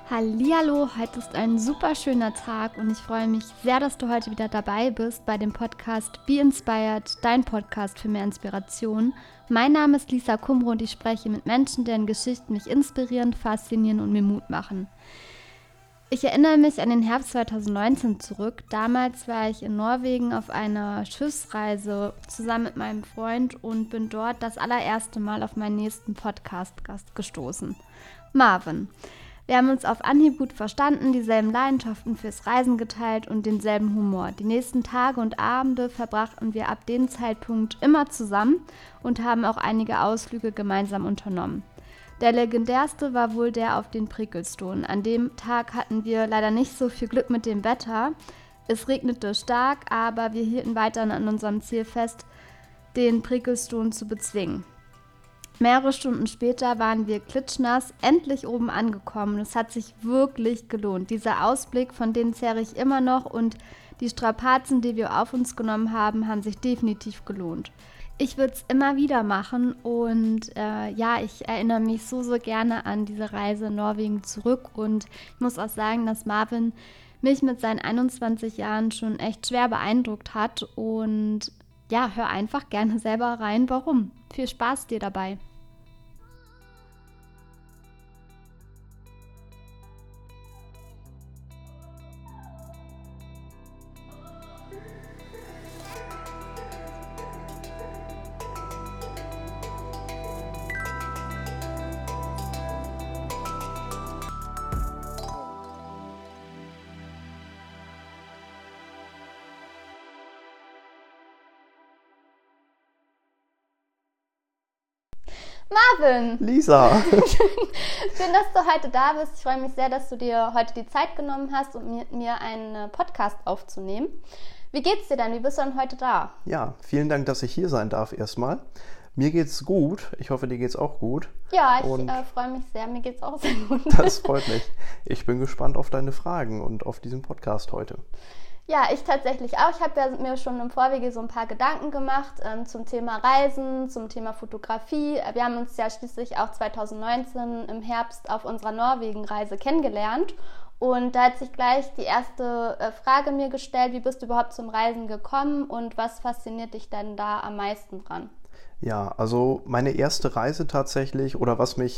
Hallihallo, heute ist ein super schöner Tag und ich freue mich sehr, dass du heute wieder dabei bist bei dem Podcast Be Inspired, dein Podcast für mehr Inspiration. Mein Name ist Lisa Kumro und ich spreche mit Menschen, deren Geschichten mich inspirieren, faszinieren und mir Mut machen. Ich erinnere mich an den Herbst 2019 zurück. Damals war ich in Norwegen auf einer Schiffsreise zusammen mit meinem Freund und bin dort das allererste Mal auf meinen nächsten Podcast-Gast gestoßen, Marvin. Wir haben uns auf Anhieb gut verstanden, dieselben Leidenschaften fürs Reisen geteilt und denselben Humor. Die nächsten Tage und Abende verbrachten wir ab dem Zeitpunkt immer zusammen und haben auch einige Ausflüge gemeinsam unternommen. Der legendärste war wohl der auf den Prickelston. An dem Tag hatten wir leider nicht so viel Glück mit dem Wetter. Es regnete stark, aber wir hielten weiterhin an unserem Ziel fest, den Prickelston zu bezwingen. Mehrere Stunden später waren wir klitschnass endlich oben angekommen. Es hat sich wirklich gelohnt. Dieser Ausblick, von dem zehre ich immer noch, und die Strapazen, die wir auf uns genommen haben, haben sich definitiv gelohnt. Ich würde es immer wieder machen und ich erinnere mich so gerne an diese Reise in Norwegen zurück und ich muss auch sagen, dass Marvin mich mit seinen 21 Jahren schon echt schwer beeindruckt hat und ja, hör einfach gerne selber rein, warum. Viel Spaß dir dabei. Marvin! Lisa! Schön, dass du heute da bist. Ich freue mich sehr, dass du dir heute die Zeit genommen hast, um mit mir einen Podcast aufzunehmen. Wie geht's dir denn? Wie bist du denn heute da? Ja, vielen Dank, dass ich hier sein darf erstmal. Mir geht's gut. Ich hoffe, dir geht's auch gut. Ja, ich freue mich sehr. Mir geht's auch sehr gut. Das freut mich. Ich bin gespannt auf deine Fragen und auf diesen Podcast heute. Ja, ich tatsächlich auch. Ich habe mir schon im Vorwege so ein paar Gedanken gemacht zum Thema Reisen, zum Thema Fotografie. Wir haben uns ja schließlich auch 2019 im Herbst auf unserer Norwegen-Reise kennengelernt. Und da hat sich gleich die erste Frage mir gestellt, wie bist du überhaupt zum Reisen gekommen und was fasziniert dich denn da am meisten dran? Ja, also meine erste Reise tatsächlich oder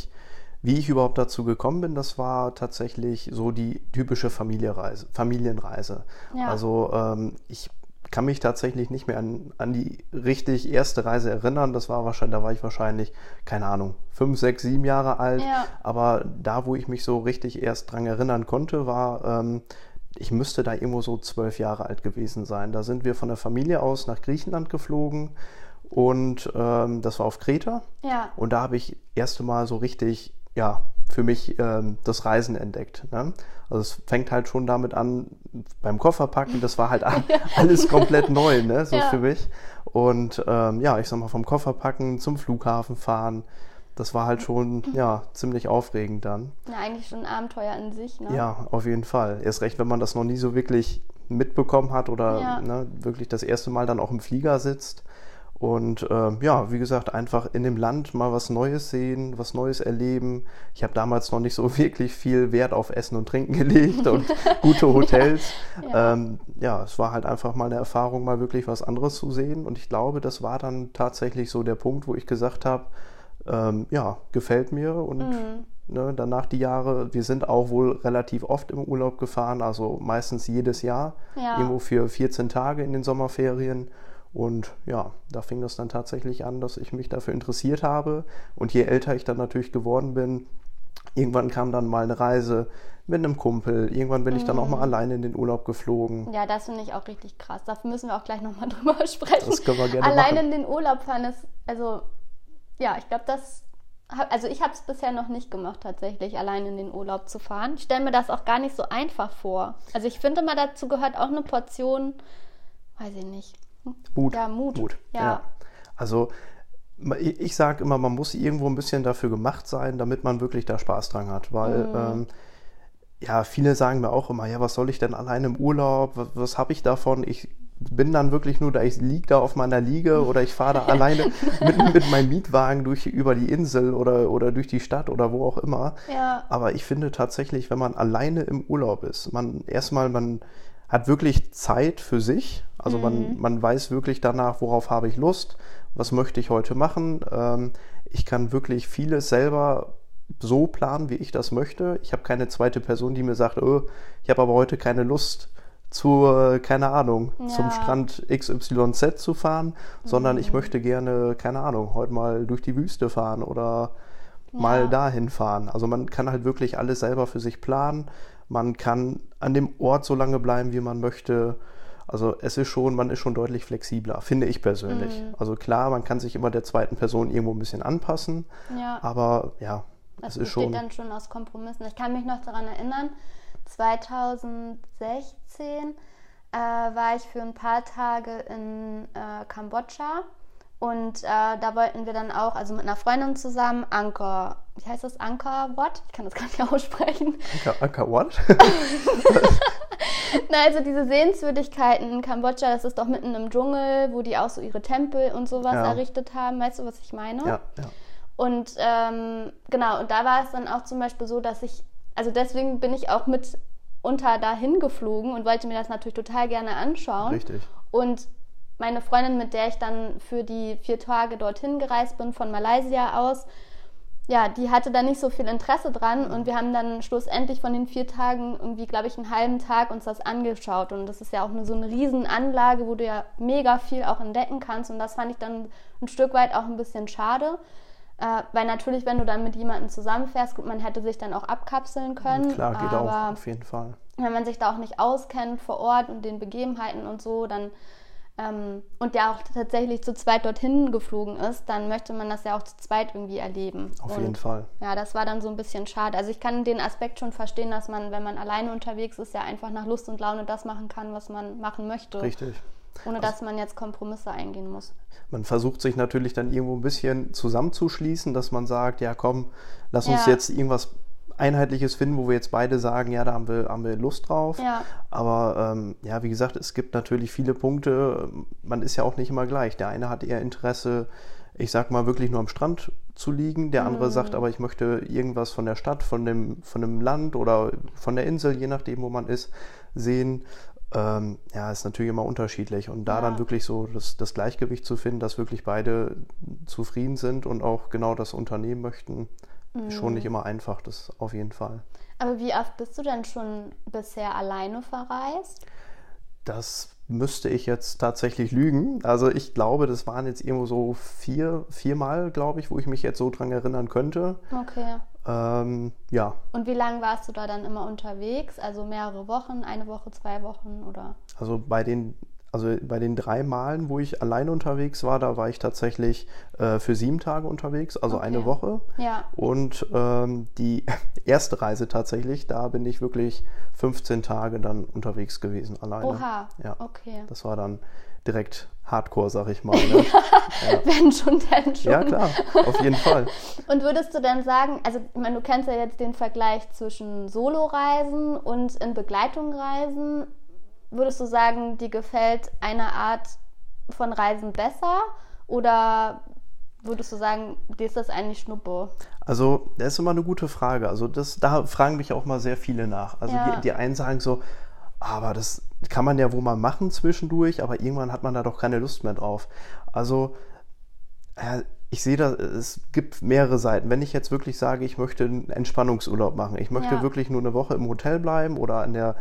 wie ich überhaupt dazu gekommen bin, das war tatsächlich so die typische Familienreise. Ja. Also ich kann mich tatsächlich nicht mehr an die richtig erste Reise erinnern. Da war ich wahrscheinlich, keine Ahnung, 5, 6, 7 Jahre alt. Ja. Aber da, wo ich mich so richtig erst dran erinnern konnte, war, ich müsste da irgendwo so 12 Jahre alt gewesen sein. Da sind wir von der Familie aus nach Griechenland geflogen. Und das war auf Kreta. Ja. Und da habe ich erste Mal so richtig, für mich das Reisen entdeckt. Ne? Also es fängt halt schon damit an, beim Kofferpacken, das war halt alles komplett neu, ne? So für mich. Und ich sag mal, vom Kofferpacken zum Flughafen fahren, das war halt schon, ziemlich aufregend dann. Ja, eigentlich schon ein Abenteuer in sich, ne? Ja, auf jeden Fall. Erst recht, wenn man das noch nie so wirklich mitbekommen hat oder wirklich das erste Mal dann auch im Flieger sitzt. Und wie gesagt, einfach in dem Land mal was Neues sehen, was Neues erleben. Ich habe damals noch nicht so wirklich viel Wert auf Essen und Trinken gelegt und gute Hotels. Es war halt einfach mal eine Erfahrung, mal wirklich was anderes zu sehen. Und ich glaube, das war dann tatsächlich so der Punkt, wo ich gesagt habe, gefällt mir. Und danach die Jahre, wir sind auch wohl relativ oft im Urlaub gefahren, also meistens jedes Jahr, irgendwo für 14 Tage in den Sommerferien. Und da fing das dann tatsächlich an, dass ich mich dafür interessiert habe. Und je älter ich dann natürlich geworden bin, irgendwann kam dann mal eine Reise mit einem Kumpel. Irgendwann bin ich dann auch mal alleine in den Urlaub geflogen. Ja, das finde ich auch richtig krass. Dafür müssen wir auch gleich nochmal drüber sprechen. Das können wir gerne alleine machen. In den Urlaub fahren ist, ich glaube, ich habe es bisher noch nicht gemacht, tatsächlich alleine in den Urlaub zu fahren. Ich stelle mir das auch gar nicht so einfach vor. Also ich finde mal, dazu gehört auch eine Portion, weiß ich nicht, Mut. Ja, Mut. Ja. Also ich sage immer, man muss irgendwo ein bisschen dafür gemacht sein, damit man wirklich da Spaß dran hat. Weil viele sagen mir auch immer, was soll ich denn alleine im Urlaub? Was habe ich davon? Ich bin dann wirklich nur da, ich liege da auf meiner Liege oder ich fahre da alleine mit meinem Mietwagen über die Insel oder durch die Stadt oder wo auch immer. Ja. Aber ich finde tatsächlich, wenn man alleine im Urlaub ist, man hat wirklich Zeit für sich. Also man weiß wirklich danach, worauf habe ich Lust, was möchte ich heute machen. Ich kann wirklich vieles selber so planen, wie ich das möchte. Ich habe keine zweite Person, die mir sagt, oh, ich habe aber heute keine Lust keine Ahnung, zum Strand XYZ zu fahren, sondern ich möchte gerne, keine Ahnung, heute mal durch die Wüste fahren oder mal dahin fahren. Also man kann halt wirklich alles selber für sich planen. Man kann an dem Ort so lange bleiben, wie man möchte. Also man ist schon deutlich flexibler, finde ich persönlich. Also klar, man kann sich immer der zweiten Person irgendwo ein bisschen anpassen, aber ja, das ist schon... besteht dann schon aus Kompromissen. Ich kann mich noch daran erinnern, 2016 war ich für ein paar Tage in Kambodscha und da wollten wir dann auch, also mit einer Freundin zusammen, wie heißt das, Angkor Wat? Ich kann das gar nicht aussprechen. Angkor Wat? Na, also diese Sehenswürdigkeiten in Kambodscha, das ist doch mitten im Dschungel, wo die auch so ihre Tempel und sowas errichtet haben. Weißt du, was ich meine? Ja. Und genau, und da war es dann auch zum Beispiel so, dass also deswegen bin ich auch mitunter dahin geflogen und wollte mir das natürlich total gerne anschauen. Richtig. Und meine Freundin, mit der ich dann für die 4 Tage dorthin gereist bin, von Malaysia aus, ja, die hatte da nicht so viel Interesse dran und wir haben dann schlussendlich von den 4 Tagen irgendwie, glaube ich, einen halben Tag uns das angeschaut und das ist ja auch so eine Riesenanlage, wo du ja mega viel auch entdecken kannst und das fand ich dann ein Stück weit auch ein bisschen schade. Weil natürlich, wenn du dann mit jemandem zusammenfährst, gut, man hätte sich dann auch abkapseln können. Klar, geht auch, auf jeden Fall. Wenn man sich da auch nicht auskennt vor Ort und den Begebenheiten und so, dann und ja auch tatsächlich zu zweit dorthin geflogen ist, dann möchte man das ja auch zu zweit irgendwie erleben. Auf jeden Fall. Ja, das war dann so ein bisschen schade. Also ich kann den Aspekt schon verstehen, dass man, wenn man alleine unterwegs ist, ja einfach nach Lust und Laune das machen kann, was man machen möchte. Richtig. Ohne dass man jetzt Kompromisse eingehen muss. Man versucht sich natürlich dann irgendwo ein bisschen zusammenzuschließen, dass man sagt, ja komm, lass uns jetzt irgendwas Einheitliches finden, wo wir jetzt beide sagen, ja, da haben wir Lust drauf. Ja. Aber wie gesagt, es gibt natürlich viele Punkte, man ist ja auch nicht immer gleich. Der eine hat eher Interesse, ich sag mal, wirklich nur am Strand zu liegen. Der andere sagt aber, ich möchte irgendwas von der Stadt, von dem Land oder von der Insel, je nachdem, wo man ist, sehen. Ist natürlich immer unterschiedlich und da dann wirklich so das Gleichgewicht zu finden, dass wirklich beide zufrieden sind und auch genau das unternehmen möchten, ist schon nicht immer einfach, das auf jeden Fall. Aber wie oft bist du denn schon bisher alleine verreist? Das müsste ich jetzt tatsächlich lügen. Also ich glaube, das waren jetzt irgendwo so viermal, glaube ich, wo ich mich jetzt so dran erinnern könnte. Okay. Ja. Und wie lange warst du da dann immer unterwegs? Also mehrere Wochen, 1 Woche, 2 Wochen oder? Also bei den 3 Malen, wo ich alleine unterwegs war, da war ich tatsächlich für 7 Tage unterwegs, also eine Woche. Ja. Und die erste Reise tatsächlich, da bin ich wirklich 15 Tage dann unterwegs gewesen, alleine. Oha, ja. Okay. Das war dann direkt Hardcore, sag ich mal. Ne? Wenn schon, denn schon. Ja, klar, auf jeden Fall. Und würdest du dann sagen, also ich meine, du kennst ja jetzt den Vergleich zwischen Solo-Reisen und in Begleitung reisen. Würdest du sagen, dir gefällt eine Art von Reisen besser oder würdest du sagen, dir ist das eigentlich Schnuppe? Also, das ist immer eine gute Frage. Also, da fragen mich auch mal sehr viele nach. Also, die einen sagen so, aber das kann man ja wohl mal machen zwischendurch, aber irgendwann hat man da doch keine Lust mehr drauf. Also, ich sehe da, es gibt mehrere Seiten. Wenn ich jetzt wirklich sage, ich möchte einen Entspannungsurlaub machen, ich möchte wirklich nur eine Woche im Hotel bleiben oder an der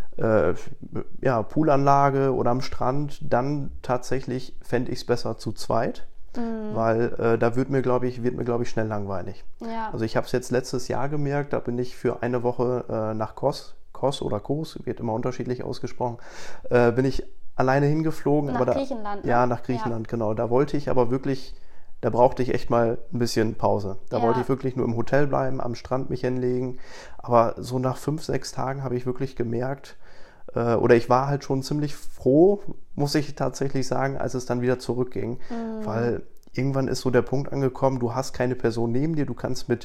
Poolanlage oder am Strand, dann tatsächlich fände ich es besser zu zweit, weil da wird mir, glaube ich, schnell langweilig. Ja. Also ich habe es jetzt letztes Jahr gemerkt, da bin ich für eine Woche nach Kos oder Kos, wird immer unterschiedlich ausgesprochen, bin ich alleine hingeflogen. Nach Griechenland, ne? Ja, nach Griechenland, genau. Da wollte ich aber wirklich, da brauchte ich echt mal ein bisschen Pause. Da wollte ich wirklich nur im Hotel bleiben, am Strand mich hinlegen. Aber so nach 5, 6 Tagen habe ich wirklich gemerkt, oder ich war halt schon ziemlich froh, muss ich tatsächlich sagen, als es dann wieder zurückging. Weil irgendwann ist so der Punkt angekommen, du hast keine Person neben dir, du kannst mit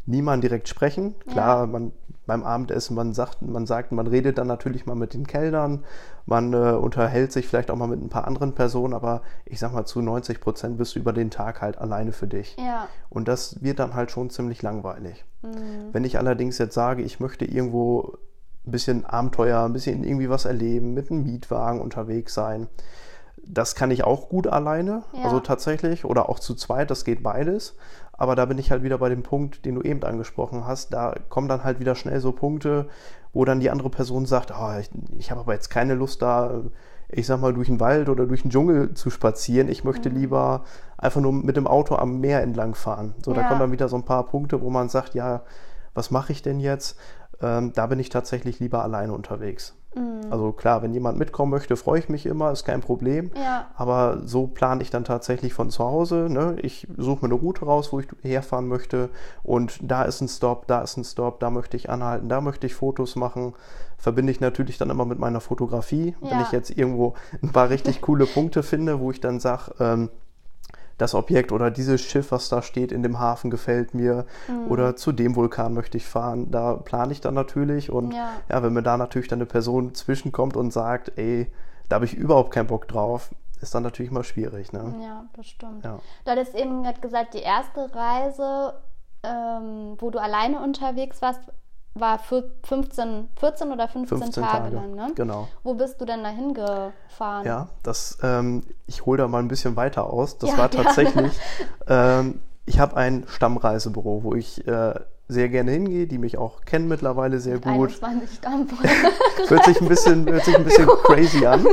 niemanden direkt sprechen. Klar, beim Abendessen, man redet dann natürlich mal mit den Kellnern, man unterhält sich vielleicht auch mal mit ein paar anderen Personen, aber ich sag mal, zu 90% bist du über den Tag halt alleine für dich. Ja. Und das wird dann halt schon ziemlich langweilig. Wenn ich allerdings jetzt sage, ich möchte irgendwo ein bisschen Abenteuer, ein bisschen irgendwie was erleben, mit einem Mietwagen unterwegs sein, das kann ich auch gut alleine, also tatsächlich, oder auch zu zweit, das geht beides. Aber da bin ich halt wieder bei dem Punkt, den du eben angesprochen hast. Da kommen dann halt wieder schnell so Punkte, wo dann die andere Person sagt, ich habe aber jetzt keine Lust da, ich sag mal, durch den Wald oder durch den Dschungel zu spazieren. Ich möchte lieber einfach nur mit dem Auto am Meer entlang fahren. So, da kommen dann wieder so ein paar Punkte, wo man sagt, ja, was mache ich denn jetzt? Da bin ich tatsächlich lieber alleine unterwegs. Also klar, wenn jemand mitkommen möchte, freue ich mich immer, ist kein Problem. Ja. Aber so plane ich dann tatsächlich von zu Hause. Ne? Ich suche mir eine Route raus, wo ich herfahren möchte. Und da ist ein Stopp, da möchte ich anhalten, da möchte ich Fotos machen. Verbinde ich natürlich dann immer mit meiner Fotografie. Wenn ich jetzt irgendwo ein paar richtig coole Punkte finde, wo ich dann sage, das Objekt oder dieses Schiff, was da steht in dem Hafen, gefällt mir, oder zu dem Vulkan möchte ich fahren, da plane ich dann natürlich, und wenn mir da natürlich dann eine Person zwischenkommt und sagt, ey, da habe ich überhaupt keinen Bock drauf, ist dann natürlich mal schwierig, ne? Ja, das stimmt. Ja. Du hattest eben gerade gesagt, die erste Reise, wo du alleine unterwegs warst, war 14 oder 15 Tage lang, ne? Genau. Wo bist du denn dahin gefahren? Ja, ich hole da mal ein bisschen weiter aus. Das war tatsächlich, ich habe ein Stammreisebüro, wo ich sehr gerne hingehe, die mich auch kennen mittlerweile sehr gut. 21 Stammreise. Hört sich ein bisschen crazy an.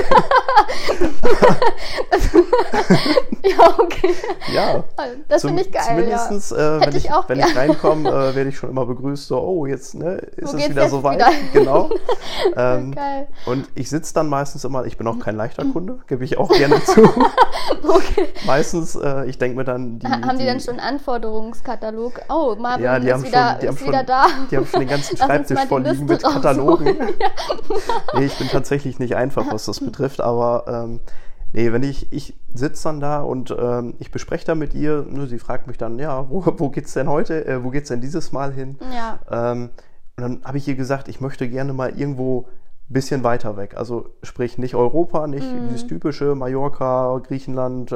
Ja, okay. Ja. Das finde ich geil. Zumindest, wenn ich reinkomme, werde ich schon immer begrüßt, so, oh, jetzt ist es wieder soweit. Genau. Geil. Und ich sitze dann meistens immer, ich bin auch kein leichter Kunde, gebe ich auch gerne zu. Okay. Meistens, ich denke mir dann... Haben die dann schon einen Anforderungskatalog? Oh, Marvin ist schon wieder da. Die haben schon den ganzen Schreibtisch vorliegen mit Katalogen. Nee, ich bin tatsächlich nicht einfach, was das betrifft, aber wenn ich sitze dann da und ich bespreche da mit ihr, sie fragt mich dann, ja, wo geht's denn heute, wo geht's denn dieses Mal hin? Ja. Und dann habe ich ihr gesagt, ich möchte gerne mal irgendwo ein bisschen weiter weg, also sprich nicht Europa, nicht dieses typische Mallorca, Griechenland,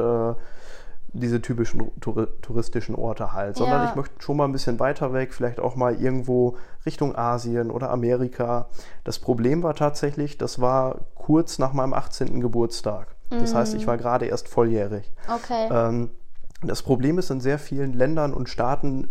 diese typischen touristischen Orte halt, sondern ich möchte schon mal ein bisschen weiter weg, vielleicht auch mal irgendwo Richtung Asien oder Amerika. Das Problem war tatsächlich, das war kurz nach meinem 18. Geburtstag. Das heißt, ich war gerade erst volljährig. Okay. Das Problem ist, in sehr vielen Ländern und Staaten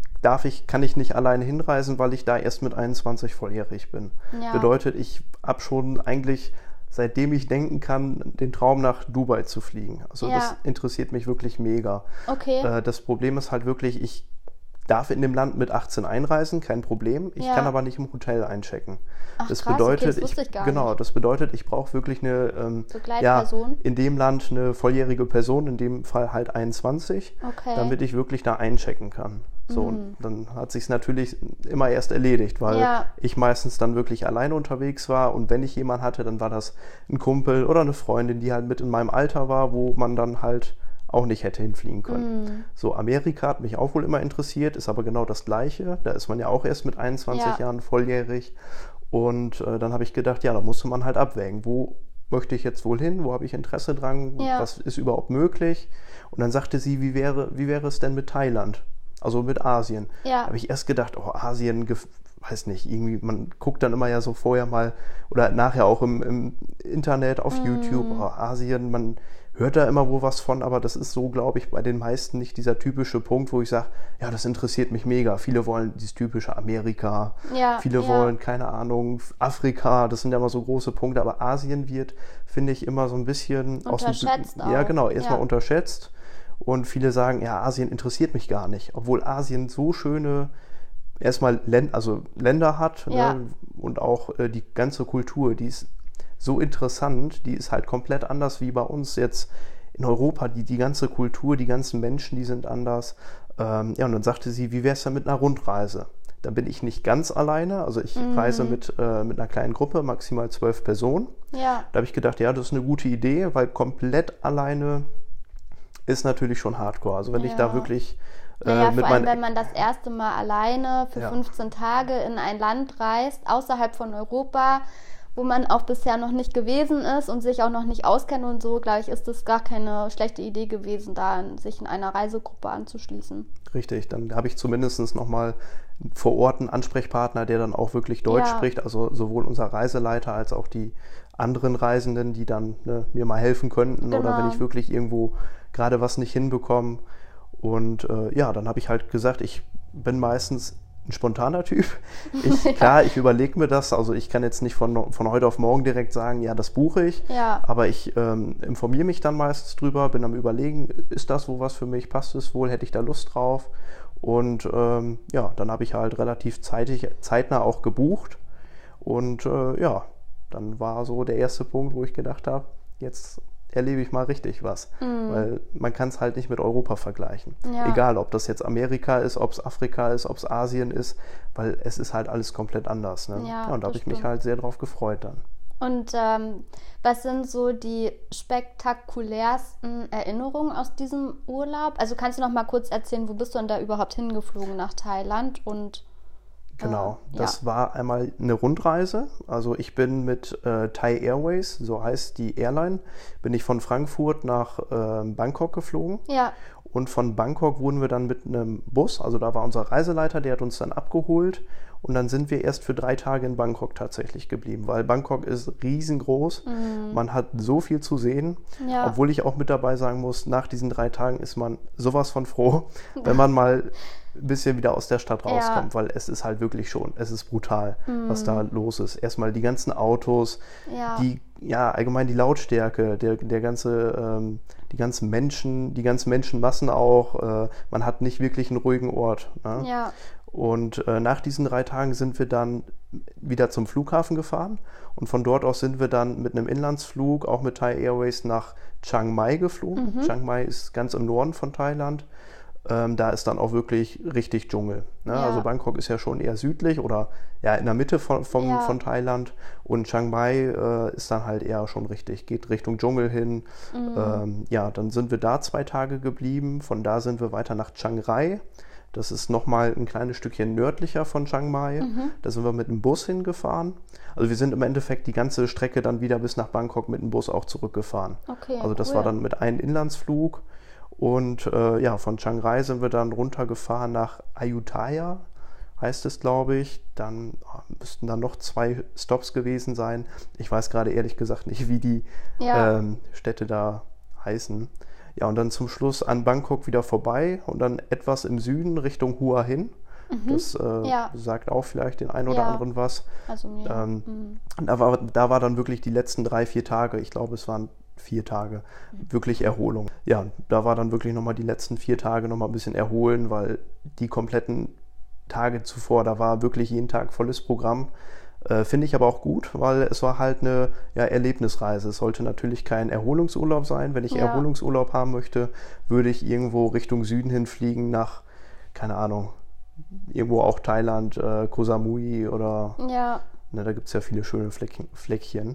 kann ich nicht alleine hinreisen, weil ich da erst mit 21 volljährig bin. Ja. Bedeutet, ich habe schon eigentlich, seitdem ich denken kann, den Traum, nach Dubai zu fliegen. Also das interessiert mich wirklich mega. Okay. Das Problem ist halt wirklich, ich darf in dem Land mit 18 einreisen, kein Problem. Ich kann aber nicht im Hotel einchecken. Ach, das krass, bedeutet, okay, das wusste ich gar nicht. Das bedeutet, ich brauche wirklich eine Begleitperson? in dem Land eine volljährige Person, in dem Fall halt 21, damit ich wirklich da einchecken kann. So, und dann hat sich's natürlich immer erst erledigt, weil ich meistens dann wirklich alleine unterwegs war, und wenn ich jemanden hatte, dann war das ein Kumpel oder eine Freundin, die halt mit in meinem Alter war, wo man dann halt auch nicht hätte hinfliegen können. So, Amerika hat mich auch wohl immer interessiert, ist aber genau das Gleiche. Da ist man ja auch erst mit 21 Jahren volljährig. Und dann habe ich gedacht, da musste man halt abwägen, wo möchte ich jetzt wohl hin, wo habe ich Interesse dran, was ist überhaupt möglich. Und dann sagte sie, wie wäre es denn mit Thailand, also mit Asien. Da habe ich erst gedacht, Asien, weiß nicht, irgendwie, man guckt dann immer ja so vorher mal oder nachher auch im Internet, auf YouTube, Asien, man hört da immer wo was von, aber das ist so, glaube ich, bei den meisten nicht dieser typische Punkt, wo ich sage, ja, das interessiert mich mega. Viele wollen dieses typische Amerika, viele wollen, keine Ahnung, Afrika, das sind ja immer so große Punkte, aber Asien wird, finde ich, immer so ein bisschen unterschätzt auch. Ja, genau, erstmal unterschätzt, und viele sagen, ja, Asien interessiert mich gar nicht, obwohl Asien so schöne erstmal Länder hat, ne? Und auch die ganze Kultur, die ist so interessant, die ist halt komplett anders wie bei uns jetzt in Europa, die ganze Kultur, die ganzen Menschen, die sind anders. Und dann sagte sie, wie wäre es denn mit einer Rundreise? Da bin ich nicht ganz alleine, also ich reise mit einer kleinen Gruppe, maximal 12 Personen. Da habe ich gedacht, das ist eine gute Idee, weil komplett alleine ist natürlich schon hardcore. Also wenn ich da wirklich vor allem, wenn man das erste Mal alleine für 15 Tage in ein Land reist, außerhalb von Europa, wo man auch bisher noch nicht gewesen ist und sich auch noch nicht auskennt und so, glaube ich, ist es gar keine schlechte Idee gewesen, sich in einer Reisegruppe anzuschließen. Richtig, dann habe ich zumindest nochmal vor Ort einen Ansprechpartner, der dann auch wirklich Deutsch spricht, also sowohl unser Reiseleiter als auch die anderen Reisenden, die dann mir mal helfen könnten oder wenn ich wirklich irgendwo gerade was nicht hinbekomme. Und dann habe ich halt gesagt, ich bin meistens ein spontaner Typ. Ich überlege mir das, also ich kann jetzt nicht von heute auf morgen direkt sagen, ja, das buche ich, aber ich informiere mich dann meistens drüber, bin am Überlegen, ist das wo was für mich, passt es wohl, hätte ich da Lust drauf? Und dann habe ich halt relativ zeitnah auch gebucht und dann war so der erste Punkt, wo ich gedacht habe, jetzt erlebe ich mal richtig was, weil man kann es halt nicht mit Europa vergleichen. Egal, ob das jetzt Amerika ist, ob es Afrika ist, ob es Asien ist, weil es ist halt alles komplett anders. Ne? Und da habe ich mich halt sehr drauf gefreut dann. Und was sind so die spektakulärsten Erinnerungen aus diesem Urlaub? Also kannst du noch mal kurz erzählen, wo bist du denn da überhaupt hingeflogen nach Thailand? Und genau, das war einmal eine Rundreise. Also ich bin mit Thai Airways, so heißt die Airline, bin ich von Frankfurt nach Bangkok geflogen. Ja. Und von Bangkok wurden wir dann mit einem Bus, also da war unser Reiseleiter, der hat uns dann abgeholt. Und dann sind wir erst für 3 Tage in Bangkok tatsächlich geblieben, weil Bangkok ist riesengroß. Man hat so viel zu sehen. Ja. Obwohl ich auch mit dabei sagen muss, nach diesen 3 Tagen ist man sowas von froh, wenn man mal ein bisschen wieder aus der Stadt rauskommt, weil es ist halt wirklich es ist brutal, was da los ist. Erstmal die ganzen Autos, allgemein die Lautstärke, die ganzen Menschenmassen auch. Man hat nicht wirklich einen ruhigen Ort. Ne? Ja. Und nach diesen 3 Tagen sind wir dann wieder zum Flughafen gefahren und von dort aus sind wir dann mit einem Inlandsflug, auch mit Thai Airways, nach Chiang Mai geflogen. Chiang Mai ist ganz im Norden von Thailand. Da ist dann auch wirklich richtig Dschungel. Ne? Ja. Also Bangkok ist ja schon eher südlich oder in der Mitte von Thailand und Chiang Mai ist dann halt eher schon geht Richtung Dschungel hin. Dann sind wir da 2 Tage geblieben. Von da sind wir weiter nach Chiang Rai. Das ist nochmal ein kleines Stückchen nördlicher von Chiang Mai. Da sind wir mit dem Bus hingefahren. Also wir sind im Endeffekt die ganze Strecke dann wieder bis nach Bangkok mit dem Bus auch zurückgefahren. Okay, also das war dann mit einem Inlandsflug. Und von Chiang Rai sind wir dann runtergefahren nach Ayutthaya, heißt es, glaube ich. Dann müssten dann noch 2 Stops gewesen sein. Ich weiß gerade ehrlich gesagt nicht, wie die Städte da heißen. Ja, und dann zum Schluss an Bangkok wieder vorbei und dann etwas im Süden Richtung Hua Hin. Das sagt auch vielleicht den einen oder anderen was. Also, da war dann wirklich die letzten 3-4 Tage, ich glaube es waren 4 Tage, wirklich Erholung. Ja, da war dann wirklich nochmal die letzten 4 Tage nochmal ein bisschen erholen, weil die kompletten Tage zuvor, da war wirklich jeden Tag volles Programm. Finde ich aber auch gut, weil es war halt eine Erlebnisreise. Es sollte natürlich kein Erholungsurlaub sein. Wenn ich Erholungsurlaub haben möchte, würde ich irgendwo Richtung Süden hinfliegen nach, keine Ahnung, irgendwo auch Thailand, Koh Samui oder da gibt es ja viele schöne Fleckchen.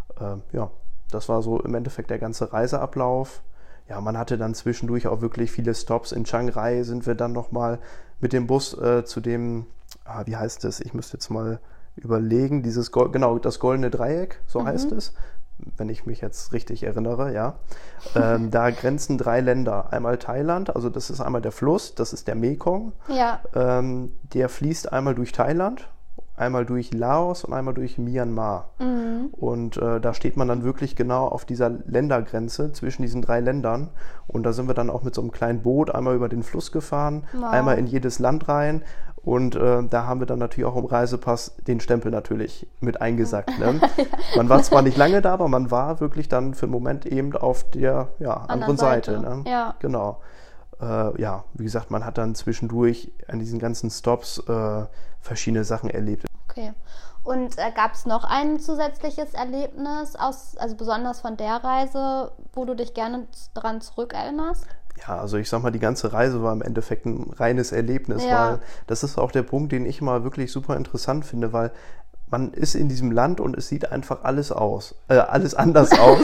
Das war so im Endeffekt der ganze Reiseablauf. Ja, man hatte dann zwischendurch auch wirklich viele Stops. In Chiang Rai sind wir dann nochmal mit dem Bus zu dem, wie heißt es? Ich müsste jetzt mal überlegen, das Goldene Dreieck, so heißt es, wenn ich mich jetzt richtig erinnere, ja. Da grenzen 3 Länder. Einmal Thailand, also das ist einmal der Fluss, das ist der Mekong. Ja. Der fließt einmal durch Thailand, einmal durch Laos und einmal durch Myanmar. Und da steht man dann wirklich genau auf dieser Ländergrenze zwischen diesen 3 Ländern. Und da sind wir dann auch mit so einem kleinen Boot einmal über den Fluss gefahren, einmal in jedes Land rein. Und da haben wir dann natürlich auch im Reisepass den Stempel natürlich mit eingesackt. Ne? Man war zwar nicht lange da, aber man war wirklich dann für einen Moment eben auf der anderen Seite. Ne? Ja. Genau. Wie gesagt, man hat dann zwischendurch an diesen ganzen Stops verschiedene Sachen erlebt. Okay. Und gab es noch ein zusätzliches Erlebnis, also besonders von der Reise, wo du dich gerne dran zurückerinnerst? Ja, also ich sag mal, die ganze Reise war im Endeffekt ein reines Erlebnis, weil das ist auch der Punkt, den ich mal wirklich super interessant finde, weil man ist in diesem Land und es sieht einfach alles anders aus.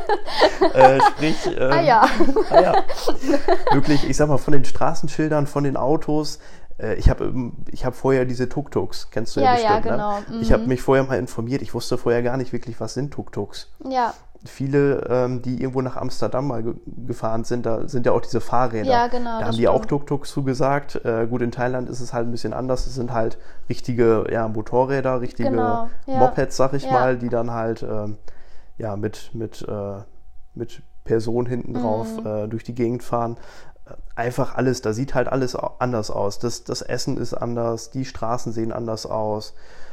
Wirklich, ich sag mal, von den Straßenschildern, von den Autos. Ich hab vorher diese Tuk-Tuks, kennst du ja bestimmt, ja, genau. Ne? Ich habe mich vorher mal informiert. Ich wusste vorher gar nicht wirklich, was sind Tuk-Tuks. Ja. Viele, die irgendwo nach Amsterdam mal gefahren sind, da sind ja auch diese Fahrräder. Ja, genau. Da haben die auch Tuk-Tuks zugesagt. Gut, in Thailand ist es halt ein bisschen anders. Es sind halt richtige Motorräder, richtige Mopeds, sag ich mal, die dann halt mit Personen hinten drauf durch die Gegend fahren. Einfach alles, da sieht halt alles anders aus. Das Essen ist anders, die Straßen sehen anders aus.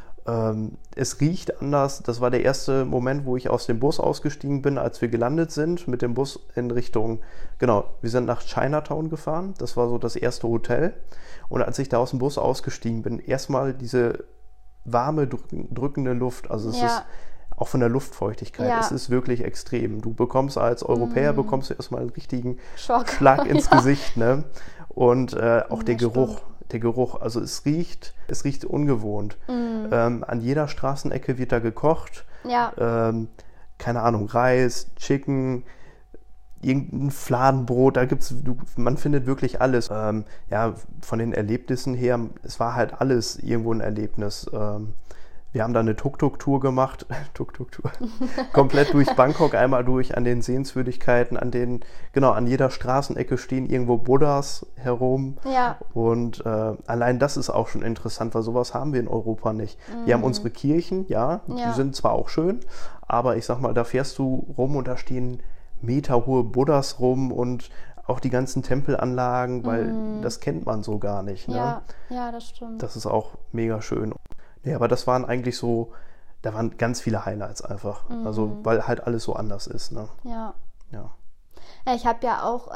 Es riecht anders. Das war der erste Moment, wo ich aus dem Bus ausgestiegen bin, als wir gelandet sind, mit dem Bus in Richtung, wir sind nach Chinatown gefahren. Das war so das erste Hotel. Und als ich da aus dem Bus ausgestiegen bin, erstmal diese warme, drückende Luft. Also es ist auch von der Luftfeuchtigkeit. Es ist wirklich extrem. Du bekommst als Europäer bekommst du erstmal einen richtigen Schlag ins Gesicht, ne? Und auch der Geruch. Der Geruch, also es riecht ungewohnt. An jeder Straßenecke wird da gekocht. Ja. Keine Ahnung, Reis, Chicken, irgendein Fladenbrot, man findet wirklich alles. Von den Erlebnissen her, es war halt alles irgendwo ein Erlebnis. Wir haben da eine Tuk-Tuk-Tour gemacht, komplett durch Bangkok, einmal durch an den Sehenswürdigkeiten, an jeder Straßenecke stehen irgendwo Buddhas herum. Ja. Und allein das ist auch schon interessant, weil sowas haben wir in Europa nicht. Wir haben unsere Kirchen, die sind zwar auch schön, aber ich sag mal, da fährst du rum und da stehen meterhohe Buddhas rum und auch die ganzen Tempelanlagen, weil das kennt man so gar nicht. Ne? Ja, das stimmt. Das ist auch mega schön. Ja, aber das waren eigentlich so, da waren ganz viele Highlights einfach. Also, weil halt alles so anders ist. Ne? Ja, ich habe ja auch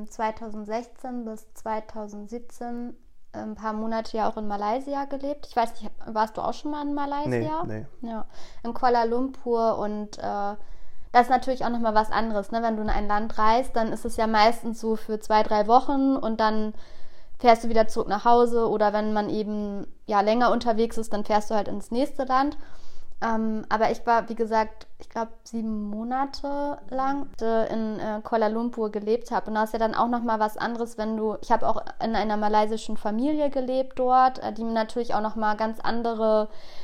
2016 bis 2017 ein paar Monate ja auch in Malaysia gelebt. Ich weiß nicht, warst du auch schon mal in Malaysia? Nee. Ja, in Kuala Lumpur und das ist natürlich auch nochmal was anderes. Ne? Wenn du in ein Land reist, dann ist es ja meistens so für 2-3 Wochen und dann fährst du wieder zurück nach Hause oder wenn man eben länger unterwegs ist, dann fährst du halt ins nächste Land. Aber ich war, wie gesagt, ich glaube 7 Monate lang in Kuala Lumpur gelebt habe. Und da ist ja dann auch nochmal was anderes, ich habe auch in einer malaysischen Familie gelebt dort, die natürlich auch nochmal ganz andere,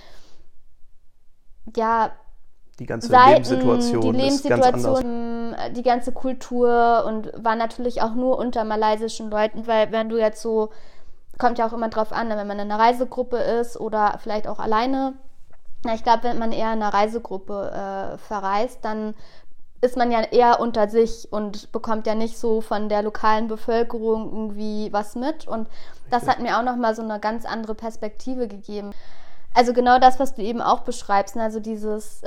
die ganze Seiten, Lebenssituation, die ganze Kultur und war natürlich auch nur unter malaysischen Leuten, weil wenn du jetzt so, kommt ja auch immer drauf an, wenn man in einer Reisegruppe ist oder vielleicht auch alleine. Ich glaube, wenn man eher in einer Reisegruppe verreist, dann ist man ja eher unter sich und bekommt ja nicht so von der lokalen Bevölkerung irgendwie was mit. Und das hat mir auch nochmal so eine ganz andere Perspektive gegeben. Also genau das, was du eben auch beschreibst, also dieses,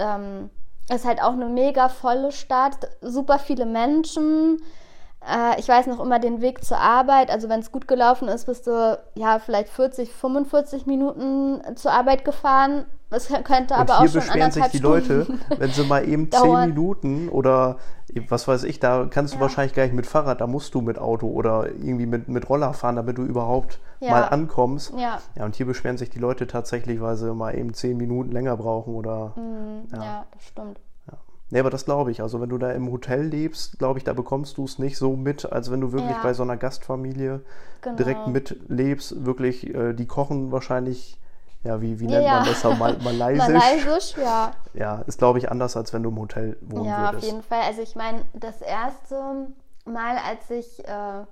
ist halt auch eine mega volle Stadt, super viele Menschen. Ich weiß noch immer den Weg zur Arbeit, also wenn es gut gelaufen ist, bist du vielleicht 40, 45 Minuten zur Arbeit gefahren. Das könnte aber auch schon 1,5 Stunden. Und hier beschweren sich die Leute, wenn sie mal eben 10 Minuten oder was weiß ich, da kannst du wahrscheinlich gar nicht mit Fahrrad, da musst du mit Auto oder irgendwie mit Roller fahren, damit du überhaupt mal ankommst. Ja, und hier beschweren sich die Leute tatsächlich, weil sie mal eben 10 Minuten länger brauchen oder... Ja, das stimmt. Nee, aber das glaube ich. Also wenn du da im Hotel lebst, glaube ich, da bekommst du es nicht so mit, als wenn du wirklich bei so einer Gastfamilie direkt mitlebst. Wirklich, die kochen wahrscheinlich, wie nennt man das? Malaysisch? Malaysisch, ja. Ja, ist, glaube ich, anders, als wenn du im Hotel wohnen würdest. Ja, auf jeden Fall. Also ich meine, das erste Mal, als ich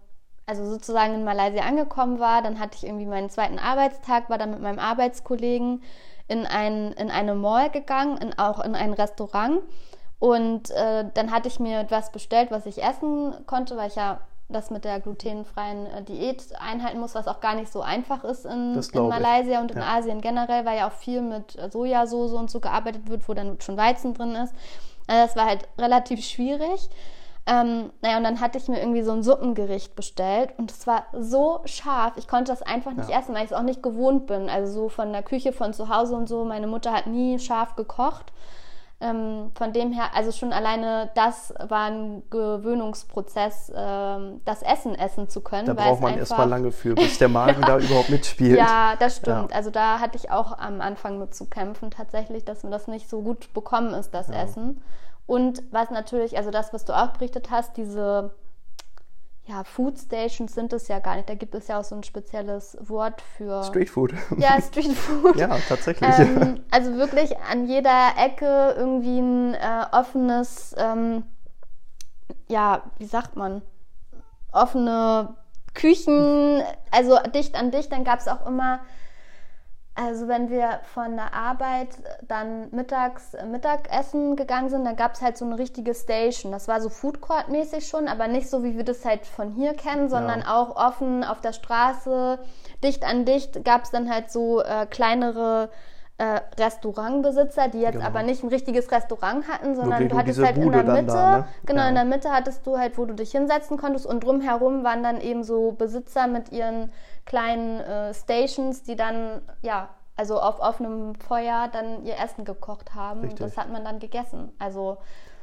sozusagen in Malaysia angekommen war, dann hatte ich irgendwie meinen 2. Arbeitstag, war dann mit meinem Arbeitskollegen in eine Mall gegangen, auch in ein Restaurant. Und dann hatte ich mir etwas bestellt, was ich essen konnte, weil ich ja das mit der glutenfreien Diät einhalten muss, was auch gar nicht so einfach ist in Malaysia und in Asien generell, weil ja auch viel mit Sojasauce und so gearbeitet wird, wo dann schon Weizen drin ist. Also das war halt relativ schwierig. Und dann hatte ich mir irgendwie so ein Suppengericht bestellt und es war so scharf, ich konnte das einfach nicht essen, weil ich es auch nicht gewohnt bin. Also so von der Küche von zu Hause und so, meine Mutter hat nie scharf gekocht. Von dem her, also schon alleine das war ein Gewöhnungsprozess, das essen zu können. Da braucht man erstmal lange für, bis der Magen da überhaupt mitspielt. Ja, das stimmt. Ja. Also da hatte ich auch am Anfang mit zu kämpfen tatsächlich, dass mir das nicht so gut bekommen ist, das Essen. Und was natürlich, also das, was du auch berichtet hast, diese Food Stations sind es ja gar nicht. Da gibt es ja auch so ein spezielles Wort für... Street Food. Ja, Street Food. Ja, tatsächlich. Also wirklich an jeder Ecke irgendwie ein offenes, wie sagt man, offene Küchen, also dicht an dicht. Dann gab es auch immer... Also wenn wir von der Arbeit dann Mittagessen gegangen sind, dann gab es halt so eine richtige Station. Das war so Foodcourt-mäßig schon, aber nicht so, wie wir das halt von hier kennen, sondern auch offen auf der Straße, dicht an dicht gab es dann halt so kleinere Restaurantbesitzer, die jetzt aber nicht ein richtiges Restaurant hatten, sondern du hattest halt in der Mitte, in der Mitte hattest du halt, wo du dich hinsetzen konntest und drumherum waren dann eben so Besitzer mit ihren kleinen Stations, die dann, also auf offenem Feuer dann ihr Essen gekocht haben. Richtig. Und das hat man dann gegessen. Also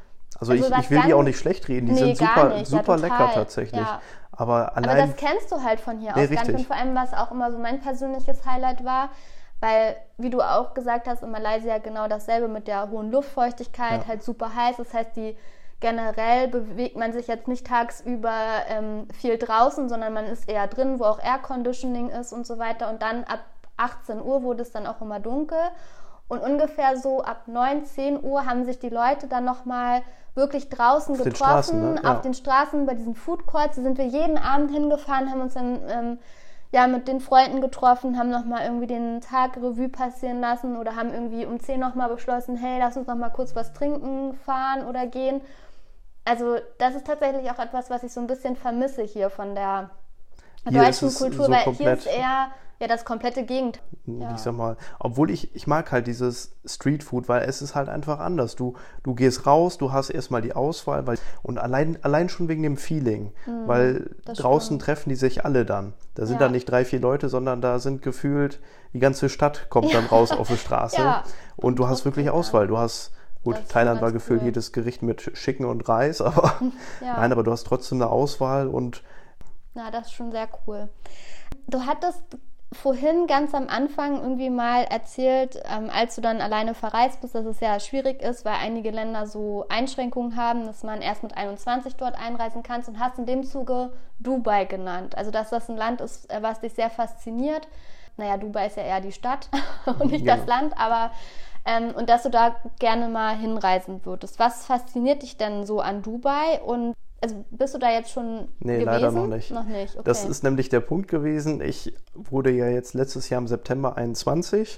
ich will die auch nicht schlecht reden, die sind super lecker tatsächlich. Ja. Aber das kennst du halt von hier aus gar nicht. Und vor allem, was auch immer so mein persönliches Highlight war, weil, wie du auch gesagt hast, in Malaysia genau dasselbe mit der hohen Luftfeuchtigkeit, halt super heiß. Das heißt, generell bewegt man sich jetzt nicht tagsüber viel draußen, sondern man ist eher drin, wo auch Air Conditioning ist und so weiter. Und dann ab 18 Uhr wurde es dann auch immer dunkel. Und ungefähr so ab 9, 10 Uhr haben sich die Leute dann nochmal wirklich draußen getroffen. Auf den Straßen, bei diesen Food Courts. Da sind wir jeden Abend hingefahren, haben uns dann mit den Freunden getroffen, haben nochmal irgendwie den Tag Revue passieren lassen oder haben irgendwie um 10 nochmal beschlossen, hey, lass uns nochmal kurz was trinken, fahren oder gehen. Also das ist tatsächlich auch etwas, was ich so ein bisschen vermisse hier von der deutschen Kultur, weil hier ist eher das komplette Gegenteil. Ich sag mal, obwohl ich mag halt dieses Streetfood, weil es ist halt einfach anders. Du gehst raus, du hast erstmal die Auswahl und allein schon wegen dem Feeling, weil draußen treffen die sich alle dann. Da sind dann nicht 3, 4 Leute, sondern da sind gefühlt, die ganze Stadt kommt dann raus auf die Straße und du hast wirklich Auswahl. Du hast Thailand war gefühlt jedes Gericht mit Chicken und Reis, aber nein, aber du hast trotzdem eine Auswahl und... Na, das ist schon sehr cool. Du hattest vorhin ganz am Anfang irgendwie mal erzählt, als du dann alleine verreist bist, dass es ja schwierig ist, weil einige Länder so Einschränkungen haben, dass man erst mit 21 dort einreisen kann und hast in dem Zuge Dubai genannt. Also, dass das ein Land ist, was dich sehr fasziniert. Naja, Dubai ist ja eher die Stadt und nicht das Land, aber und dass du da gerne mal hinreisen würdest. Was fasziniert dich denn so an Dubai und also bist du da jetzt schon gewesen? Leider noch nicht. Noch nicht, okay. Das ist nämlich der Punkt gewesen. Ich wurde ja jetzt letztes Jahr im September 21.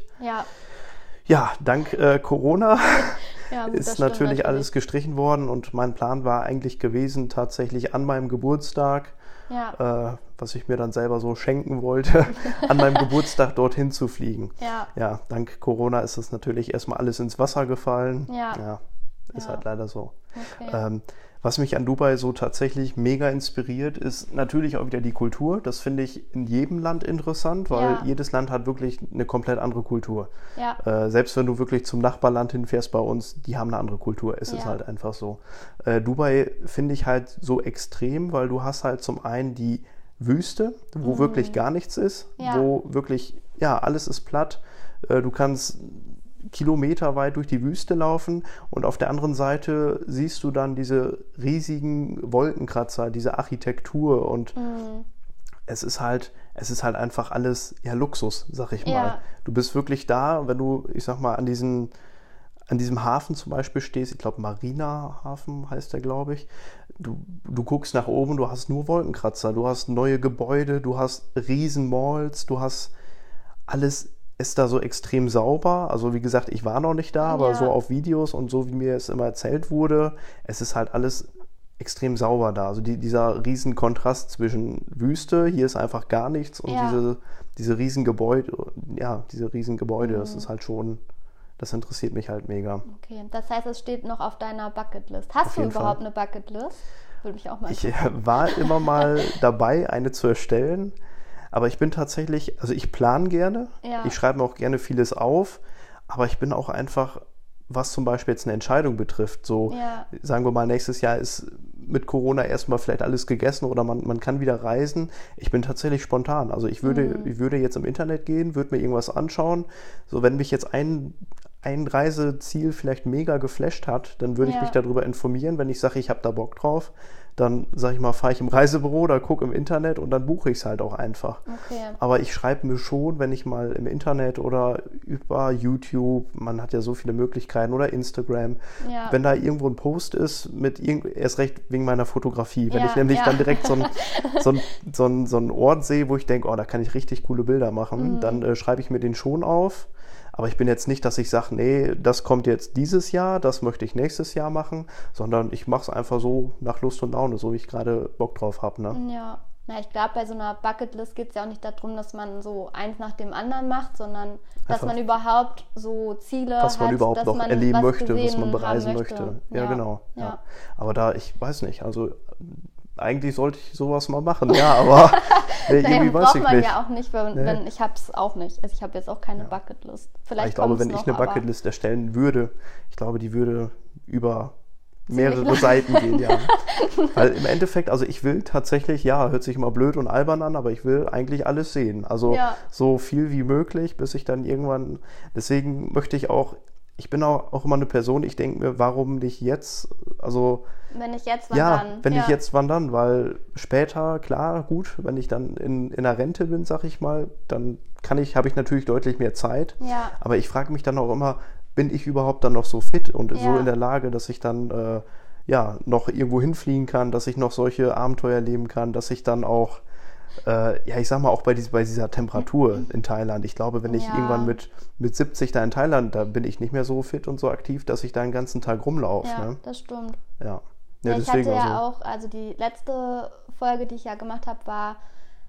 Ja, dank Corona ist natürlich alles gestrichen worden und mein Plan war eigentlich gewesen, tatsächlich an meinem Geburtstag, was ich mir dann selber so schenken wollte, an meinem Geburtstag dorthin zu fliegen. Ja, dank Corona ist es natürlich erstmal alles ins Wasser gefallen. Ist halt leider so. Okay. Was mich an Dubai so tatsächlich mega inspiriert, ist natürlich auch wieder die Kultur. Das finde ich in jedem Land interessant, weil jedes Land hat wirklich eine komplett andere Kultur. Selbst wenn du wirklich zum Nachbarland hinfährst bei uns, die haben eine andere Kultur. Es ist halt einfach so. Dubai finde ich halt so extrem, weil du hast halt zum einen die Wüste, wo wirklich gar nichts ist, wo wirklich, alles ist platt. Du kannst kilometerweit durch die Wüste laufen und auf der anderen Seite siehst du dann diese riesigen Wolkenkratzer, diese Architektur und es ist halt einfach alles Luxus, sag ich mal. Du bist wirklich da, wenn du, ich sag mal, an diesem Hafen zum Beispiel stehst, ich glaube Marina-Hafen heißt der, glaube ich, du guckst nach oben, du hast nur Wolkenkratzer, du hast neue Gebäude, du hast riesen Malls, du hast alles ist da so extrem sauber. Also wie gesagt, ich war noch nicht da, aber so auf Videos und so wie mir es immer erzählt wurde, es ist halt alles extrem sauber da. Also dieser riesen Kontrast zwischen Wüste, hier ist einfach gar nichts und diese riesen Gebäude, das ist halt schon, das interessiert mich halt mega. Okay, das heißt, es steht noch auf deiner Bucketlist. Hast du überhaupt eine Bucketlist? Würde mich auch mal interessieren. Ich war immer mal dabei, eine zu erstellen. Aber ich bin tatsächlich, also ich plane gerne, ich schreibe mir auch gerne vieles auf, aber ich bin auch einfach was zum Beispiel jetzt eine Entscheidung betrifft. So, sagen wir mal, nächstes Jahr ist mit Corona erstmal vielleicht alles gegessen oder man kann wieder reisen. Ich bin tatsächlich spontan. Also ich würde jetzt im Internet gehen, würde mir irgendwas anschauen. So, wenn mich jetzt ein Reiseziel vielleicht mega geflasht hat, dann würde ich mich darüber informieren. Wenn ich sage, ich habe da Bock drauf, dann sage ich mal, fahre ich im Reisebüro oder gucke im Internet und dann buche ich es halt auch einfach. Okay. Aber ich schreibe mir schon, wenn ich mal im Internet oder über YouTube, man hat ja so viele Möglichkeiten, oder Instagram, wenn da irgendwo ein Post ist, erst recht wegen meiner Fotografie. Wenn ich nämlich dann direkt so einen Ort sehe, wo ich denke, oh, da kann ich richtig coole Bilder machen, dann schreibe ich mir den schon auf. Aber ich bin jetzt nicht, dass ich sage, nee, das kommt jetzt dieses Jahr, das möchte ich nächstes Jahr machen, sondern ich mache es einfach so nach Lust und Laune, so wie ich gerade Bock drauf habe. Ne? Ja, ich glaube, bei so einer Bucketlist geht es ja auch nicht darum, dass man so eins nach dem anderen macht, sondern dass man überhaupt so Ziele was man hat, überhaupt noch erleben möchte, was man bereisen möchte. möchte. Ja, genau. Ja. Aber ich weiß nicht, also eigentlich sollte ich sowas mal machen, aber irgendwie weiß ich nicht. Braucht man ja auch nicht, wenn ich habe es auch nicht. Also ich habe jetzt auch keine Bucketlist. Vielleicht ich glaube, wenn ich eine Bucketlist erstellen würde, ich glaube, die würde über mehrere Seiten gehen, ja. Weil im Endeffekt, also ich will tatsächlich, hört sich immer blöd und albern an, aber ich will eigentlich alles sehen. Also so viel wie möglich, bis ich dann irgendwann, deswegen möchte ich auch, ich bin auch immer eine Person, ich denke mir, warum nicht jetzt, also wenn nicht jetzt, wann dann? Wenn nicht jetzt, wann dann? Weil später, klar, gut, wenn ich dann in der Rente bin, sag ich mal, dann habe ich natürlich deutlich mehr Zeit. Ja. Aber ich frage mich dann auch immer, bin ich überhaupt dann noch so fit und so in der Lage, dass ich dann noch irgendwo hinfliegen kann, dass ich noch solche Abenteuer leben kann, dass ich dann auch ich sag mal, auch bei dieser Temperatur in Thailand. Ich glaube, wenn ich irgendwann mit 70 da in Thailand, da bin ich nicht mehr so fit und so aktiv, dass ich da den ganzen Tag rumlaufe. Ja, ne? Das stimmt. Ja. Ich hatte auch, also die letzte Folge, die ich gemacht habe, war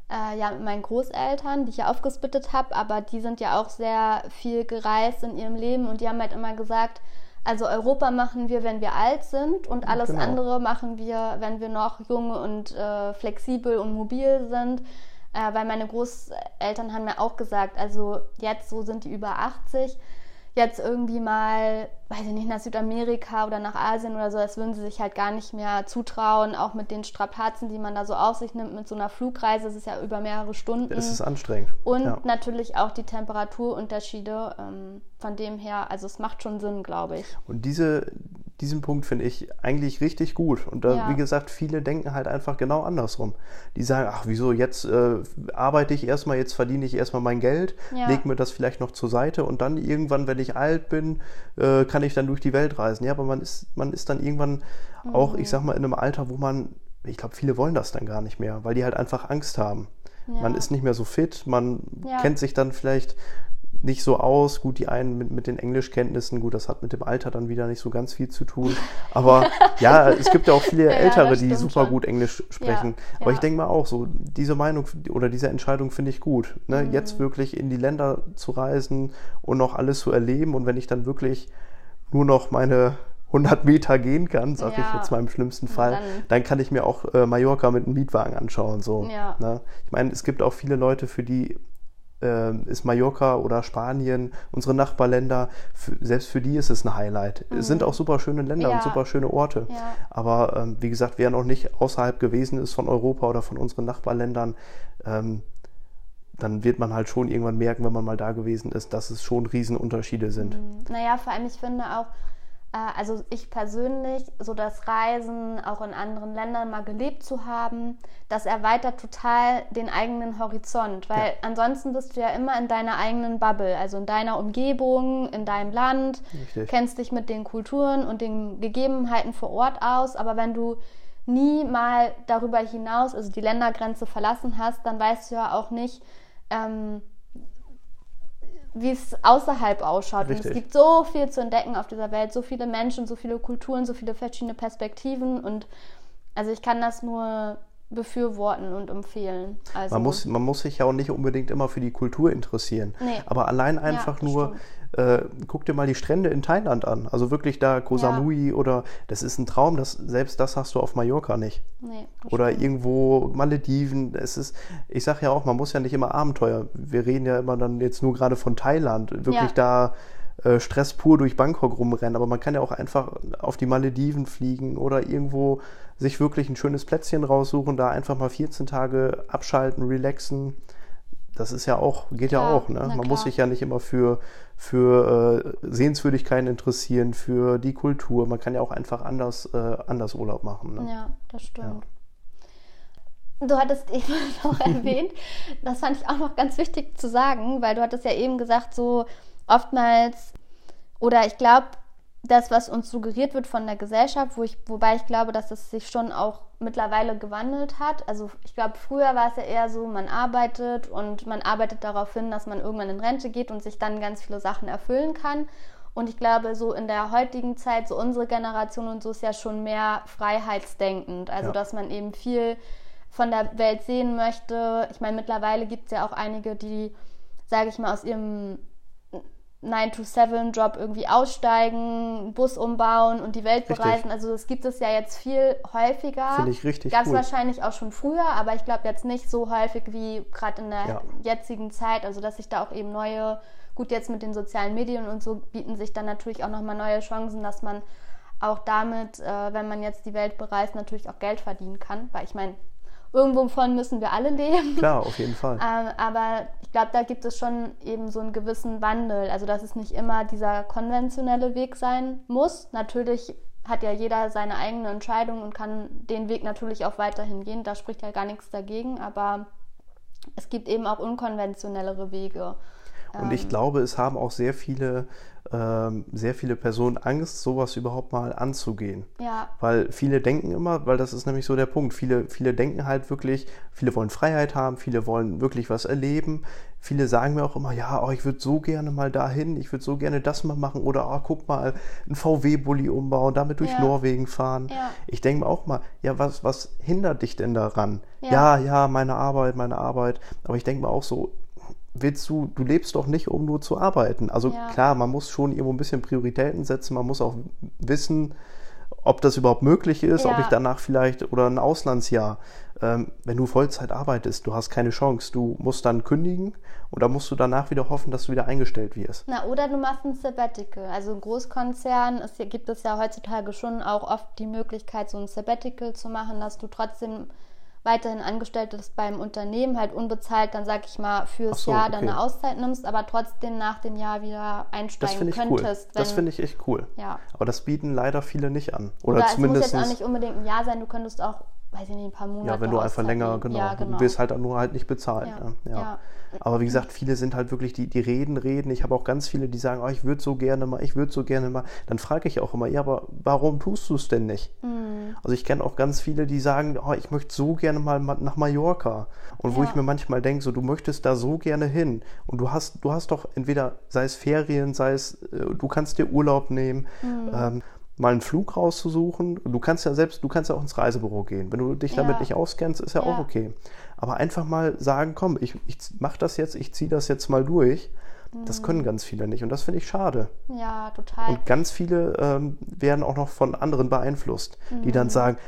mit meinen Großeltern, die ich aufgesplittet habe, aber die sind ja auch sehr viel gereist in ihrem Leben und die haben halt immer gesagt, also Europa machen wir, wenn wir alt sind und alles andere machen wir, wenn wir noch jung und flexibel und mobil sind, weil meine Großeltern haben mir auch gesagt, also jetzt so sind die über 80, jetzt irgendwie mal, weiß ich nicht, nach Südamerika oder nach Asien oder so, das würden sie sich halt gar nicht mehr zutrauen, auch mit den Strapazen, die man da so auf sich nimmt, mit so einer Flugreise, das ist ja über mehrere Stunden. Es ist anstrengend. Und natürlich auch die Temperaturunterschiede, von dem her, also es macht schon Sinn, glaube ich. Und diesen Punkt finde ich eigentlich richtig gut. Und da, wie gesagt, viele denken halt einfach genau andersrum. Die sagen, ach wieso, jetzt arbeite ich erstmal, jetzt verdiene ich erstmal mein Geld, lege mir das vielleicht noch zur Seite und dann irgendwann, wenn ich alt bin, kann ich dann durch die Welt reisen. Ja, aber man ist dann irgendwann auch, ich sag mal, in einem Alter, wo ich glaube, viele wollen das dann gar nicht mehr, weil die halt einfach Angst haben. Ja. Man ist nicht mehr so fit, man kennt sich dann vielleicht nicht so aus. Gut, die einen mit den Englischkenntnissen, gut, das hat mit dem Alter dann wieder nicht so ganz viel zu tun. Aber es gibt ja auch viele Ältere, die super gut Englisch sprechen. Ja. Aber ich denke mal auch so, diese Meinung oder diese Entscheidung finde ich gut. Ne? Jetzt wirklich in die Länder zu reisen und noch alles zu erleben. Und wenn ich dann wirklich nur noch meine 100 Meter gehen kann, sage ich jetzt mal im schlimmsten Fall, dann kann ich mir auch Mallorca mit einem Mietwagen anschauen. So, ne? Ich meine, es gibt auch viele Leute, für die ist Mallorca oder Spanien, unsere Nachbarländer, selbst für die ist es ein Highlight. Es sind auch super schöne Länder und super schöne Orte. Ja. Aber wie gesagt, wer noch nicht außerhalb gewesen ist von Europa oder von unseren Nachbarländern, dann wird man halt schon irgendwann merken, wenn man mal da gewesen ist, dass es schon Riesenunterschiede sind. Naja, vor allem, ich finde auch, also ich persönlich, so das Reisen auch in anderen Ländern mal gelebt zu haben, das erweitert total den eigenen Horizont, weil ansonsten bist du ja immer in deiner eigenen Bubble, also in deiner Umgebung, in deinem Land, kennst dich mit den Kulturen und den Gegebenheiten vor Ort aus, aber wenn du nie mal darüber hinaus, also die Ländergrenze verlassen hast, dann weißt du ja auch nicht, wie es außerhalb ausschaut. Richtig. Und es gibt so viel zu entdecken auf dieser Welt, so viele Menschen, so viele Kulturen, so viele verschiedene Perspektiven und also ich kann das nur befürworten und empfehlen. Also man muss sich ja auch nicht unbedingt immer für die Kultur interessieren. Nee. Aber allein einfach nur, guck dir mal die Strände in Thailand an. Also wirklich da Koh Samui oder, das ist ein Traum, selbst das hast du auf Mallorca nicht. Nee, oder irgendwo Malediven. Ich sag ja auch, man muss ja nicht immer Abenteuer. Wir reden ja immer dann jetzt nur gerade von Thailand. Wirklich da Stress pur durch Bangkok rumrennen, aber man kann ja auch einfach auf die Malediven fliegen oder irgendwo sich wirklich ein schönes Plätzchen raussuchen, da einfach mal 14 Tage abschalten, relaxen. Das ist ja auch, geht ja auch, ne? Man muss sich ja nicht immer für Sehenswürdigkeiten interessieren, für die Kultur. Man kann ja auch einfach anders Urlaub machen. Ne? Ja, das stimmt. Ja. Du hattest eben noch erwähnt, das fand ich auch noch ganz wichtig zu sagen, weil du hattest ja eben gesagt, so oftmals, oder ich glaube, das, was uns suggeriert wird von der Gesellschaft, wobei ich glaube, dass es sich schon auch mittlerweile gewandelt hat. Also ich glaube, früher war es ja eher so, man arbeitet darauf hin, dass man irgendwann in Rente geht und sich dann ganz viele Sachen erfüllen kann. Und ich glaube, so in der heutigen Zeit, so unsere Generation und so, ist ja schon mehr freiheitsdenkend. Also dass man eben viel von der Welt sehen möchte. Ich meine, mittlerweile gibt es ja auch einige, die, sage ich mal, aus ihrem 9-to-7-Job irgendwie aussteigen, Bus umbauen und die Welt bereisen. Also das gibt es ja jetzt viel häufiger. Finde ich richtig Gab es cool. wahrscheinlich auch schon früher, aber ich glaube jetzt nicht so häufig wie gerade in der jetzigen Zeit. Also dass sich da auch eben gut, jetzt mit den sozialen Medien und so bieten sich dann natürlich auch nochmal neue Chancen, dass man auch damit, wenn man jetzt die Welt bereist, natürlich auch Geld verdienen kann. Weil ich meine, irgendwo von müssen wir alle leben. Klar, auf jeden Fall. Aber ich glaube, da gibt es schon eben so einen gewissen Wandel. Also, dass es nicht immer dieser konventionelle Weg sein muss. Natürlich hat ja jeder seine eigene Entscheidung und kann den Weg natürlich auch weiterhin gehen. Da spricht ja gar nichts dagegen. Aber es gibt eben auch unkonventionellere Wege. Und ich glaube, es haben auch sehr viele Personen Angst, sowas überhaupt mal anzugehen. Ja. Weil viele denken immer, weil das ist nämlich so der Punkt, viele denken halt wirklich, viele wollen Freiheit haben, viele wollen wirklich was erleben. Viele sagen mir auch immer, ja, ich würde so gerne mal dahin, ich würde so gerne das mal machen oder guck mal, einen VW-Bulli umbauen, damit durch Norwegen fahren. Ja. Ich denke mir auch mal, ja, was hindert dich denn daran? Ja, meine Arbeit. Aber ich denke mir auch so, du lebst doch nicht, um nur zu arbeiten. Also klar, man muss schon irgendwo ein bisschen Prioritäten setzen, man muss auch wissen, ob das überhaupt möglich ist, ob ich danach vielleicht, oder ein Auslandsjahr, wenn du Vollzeit arbeitest, du hast keine Chance, du musst dann kündigen und dann musst du danach wieder hoffen, dass du wieder eingestellt wirst. Oder du machst ein Sabbatical. Also in Großkonzernen gibt es ja heutzutage schon auch oft die Möglichkeit, so ein Sabbatical zu machen, dass du trotzdem weiterhin angestellt bist beim Unternehmen, halt unbezahlt, dann sag ich mal, fürs Jahr dann eine Auszeit nimmst, aber trotzdem nach dem Jahr wieder einsteigen könntest. Das finde ich echt cool. Ja. Aber das bieten leider viele nicht an. Oder zumindest es muss jetzt auch nicht unbedingt ein Jahr sein, du könntest auch, weiß ich nicht, ein paar Monate. Ja, wenn du einfach länger, genau. Du wirst halt nur halt nicht bezahlt. Ja. Ne? Ja. Aber wie gesagt, viele sind halt wirklich, die reden. Ich habe auch ganz viele, die sagen, ich würde so gerne mal. Dann frage ich auch immer, ja, aber warum tust du es denn nicht? Also ich kenne auch ganz viele, die sagen, ich möchte so gerne mal nach Mallorca. Und wo ich mir manchmal denke, so, du möchtest da so gerne hin. Und du hast doch entweder, sei es Ferien, sei es, du kannst dir Urlaub nehmen, mal einen Flug rauszusuchen. Du kannst ja auch ins Reisebüro gehen. Wenn du dich damit nicht auskennst, ist ja auch okay. Aber einfach mal sagen, komm, ich mache das jetzt, ich ziehe das jetzt mal durch. Das können ganz viele nicht und das finde ich schade. Ja, total. Und ganz viele werden auch noch von anderen beeinflusst, die dann sagen,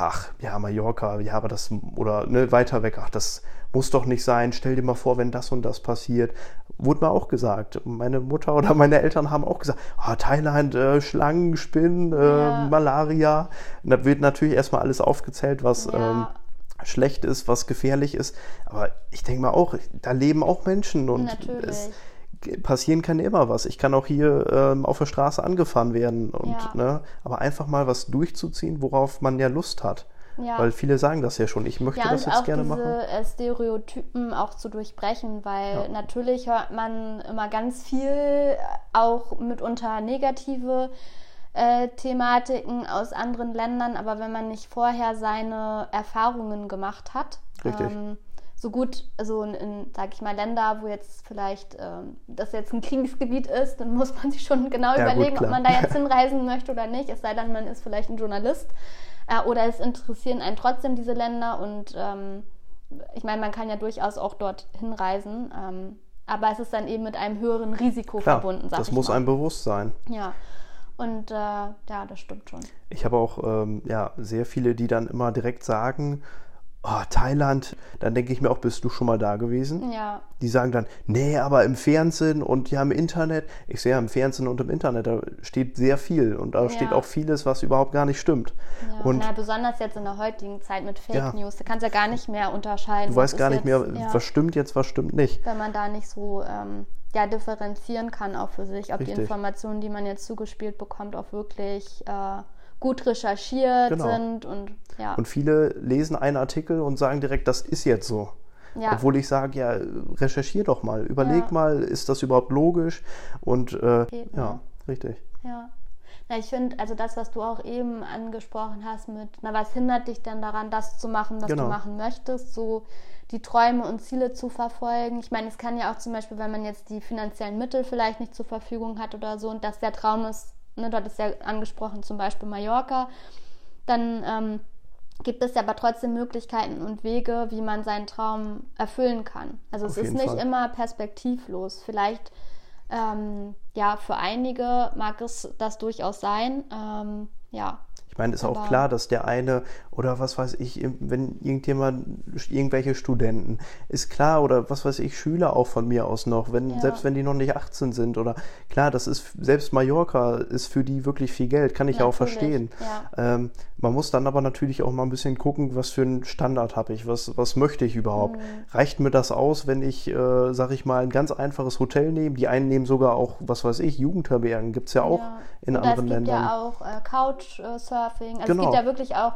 Mallorca, aber das, oder weiter weg, das muss doch nicht sein, stell dir mal vor, wenn das und das passiert. Wurde mir auch gesagt. Meine Mutter oder meine Eltern haben auch gesagt, Thailand, Schlangen, Spinnen, Malaria. Und da wird natürlich erstmal alles aufgezählt, was schlecht ist, was gefährlich ist. Aber ich denke mal auch, da leben auch Menschen und es passieren kann immer was. Ich kann auch hier auf der Straße angefahren werden. Und, aber einfach mal was durchzuziehen, worauf man ja Lust hat. Ja. Weil viele sagen das ja schon, ich möchte das jetzt gerne machen. Ja, und auch diese Stereotypen auch zu durchbrechen, weil natürlich hört man immer ganz viel, auch mitunter negative Thematiken aus anderen Ländern, aber wenn man nicht vorher seine Erfahrungen gemacht hat, so gut, also in, sag ich mal, Länder, wo jetzt vielleicht das jetzt ein Kriegsgebiet ist, dann muss man sich schon genau überlegen, ob man da jetzt hinreisen möchte oder nicht, es sei denn, man ist vielleicht ein Journalist. Oder es interessieren einen trotzdem diese Länder und ich meine, man kann ja durchaus auch dort hinreisen, aber es ist dann eben mit einem höheren Risiko verbunden, sag ich mal. Das muss einem bewusst sein. Ja, und das stimmt schon. Ich habe auch sehr viele, die dann immer direkt sagen, Thailand, dann denke ich mir auch, bist du schon mal da gewesen? Ja. Die sagen dann, nee, aber im Fernsehen und ja im Internet. Ich sehe ja im Fernsehen und im Internet, da steht sehr viel und da steht auch vieles, was überhaupt gar nicht stimmt. Ja. Und besonders jetzt in der heutigen Zeit mit Fake News, da kannst du ja gar nicht mehr unterscheiden. Du weißt gar nicht mehr, was stimmt jetzt, was stimmt nicht. Wenn man da nicht so differenzieren kann auch für sich, ob die Informationen, die man jetzt zugespielt bekommt, auch wirklich gut recherchiert sind. Und viele lesen einen Artikel und sagen direkt, das ist jetzt so. Ja. Obwohl ich sage, ja, recherchier doch mal, überleg mal, ist das überhaupt logisch? Und richtig. Ja. Na, ich finde, also das, was du auch eben angesprochen hast mit, was hindert dich denn daran, das zu machen, was du machen möchtest, so die Träume und Ziele zu verfolgen. Ich meine, es kann ja auch zum Beispiel, wenn man jetzt die finanziellen Mittel vielleicht nicht zur Verfügung hat oder so und dass der Traum ist, dort ist ja angesprochen zum Beispiel Mallorca, dann gibt es ja aber trotzdem Möglichkeiten und Wege, wie man seinen Traum erfüllen kann. Also es ist nicht immer perspektivlos. Vielleicht, für einige mag es das durchaus sein, Ich meine, ist auch klar, dass der eine oder was weiß ich, wenn irgendwelche Studenten, ist klar, oder was weiß ich, Schüler auch von mir aus noch, selbst wenn die noch nicht 18 sind oder klar, das ist, selbst Mallorca ist für die wirklich viel Geld, kann ich auch verstehen. Ja. Man muss dann aber natürlich auch mal ein bisschen gucken, was für einen Standard habe ich, was möchte ich überhaupt. Reicht mir das aus, wenn ich, sag ich mal, ein ganz einfaches Hotel nehme? Die einen nehmen sogar auch, was weiß ich, Jugendherbergen, gibt es ja auch in anderen Ländern. Es gibt ja auch Couchsurfing. Also es gibt ja wirklich auch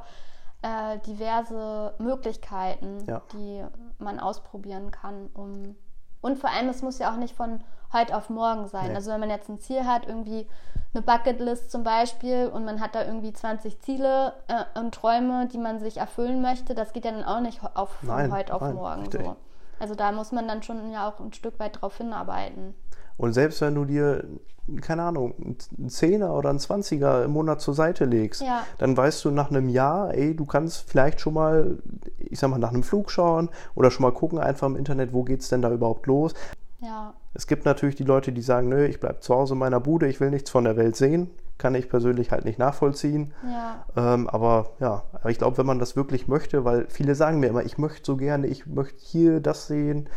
diverse Möglichkeiten, die man ausprobieren kann. Und vor allem, es muss ja auch nicht von heute auf morgen sein. Nee. Also wenn man jetzt ein Ziel hat, irgendwie eine Bucketlist zum Beispiel und man hat da irgendwie 20 Ziele und Träume, die man sich erfüllen möchte, das geht ja dann auch nicht von heute auf morgen. So. Also da muss man dann schon ja auch ein Stück weit drauf hinarbeiten. Und selbst wenn du dir, keine Ahnung, einen 10er oder einen 20er im Monat zur Seite legst, dann weißt du nach einem Jahr, du kannst vielleicht schon mal, ich sag mal, nach einem Flug schauen oder schon mal gucken einfach im Internet, wo geht's denn da überhaupt los. Ja. Es gibt natürlich die Leute, die sagen, nö, ich bleib zu Hause in meiner Bude, ich will nichts von der Welt sehen. Kann ich persönlich halt nicht nachvollziehen. Ja. Aber ich glaube, wenn man das wirklich möchte, weil viele sagen mir immer, ich möchte so gerne, ich möchte hier das sehen.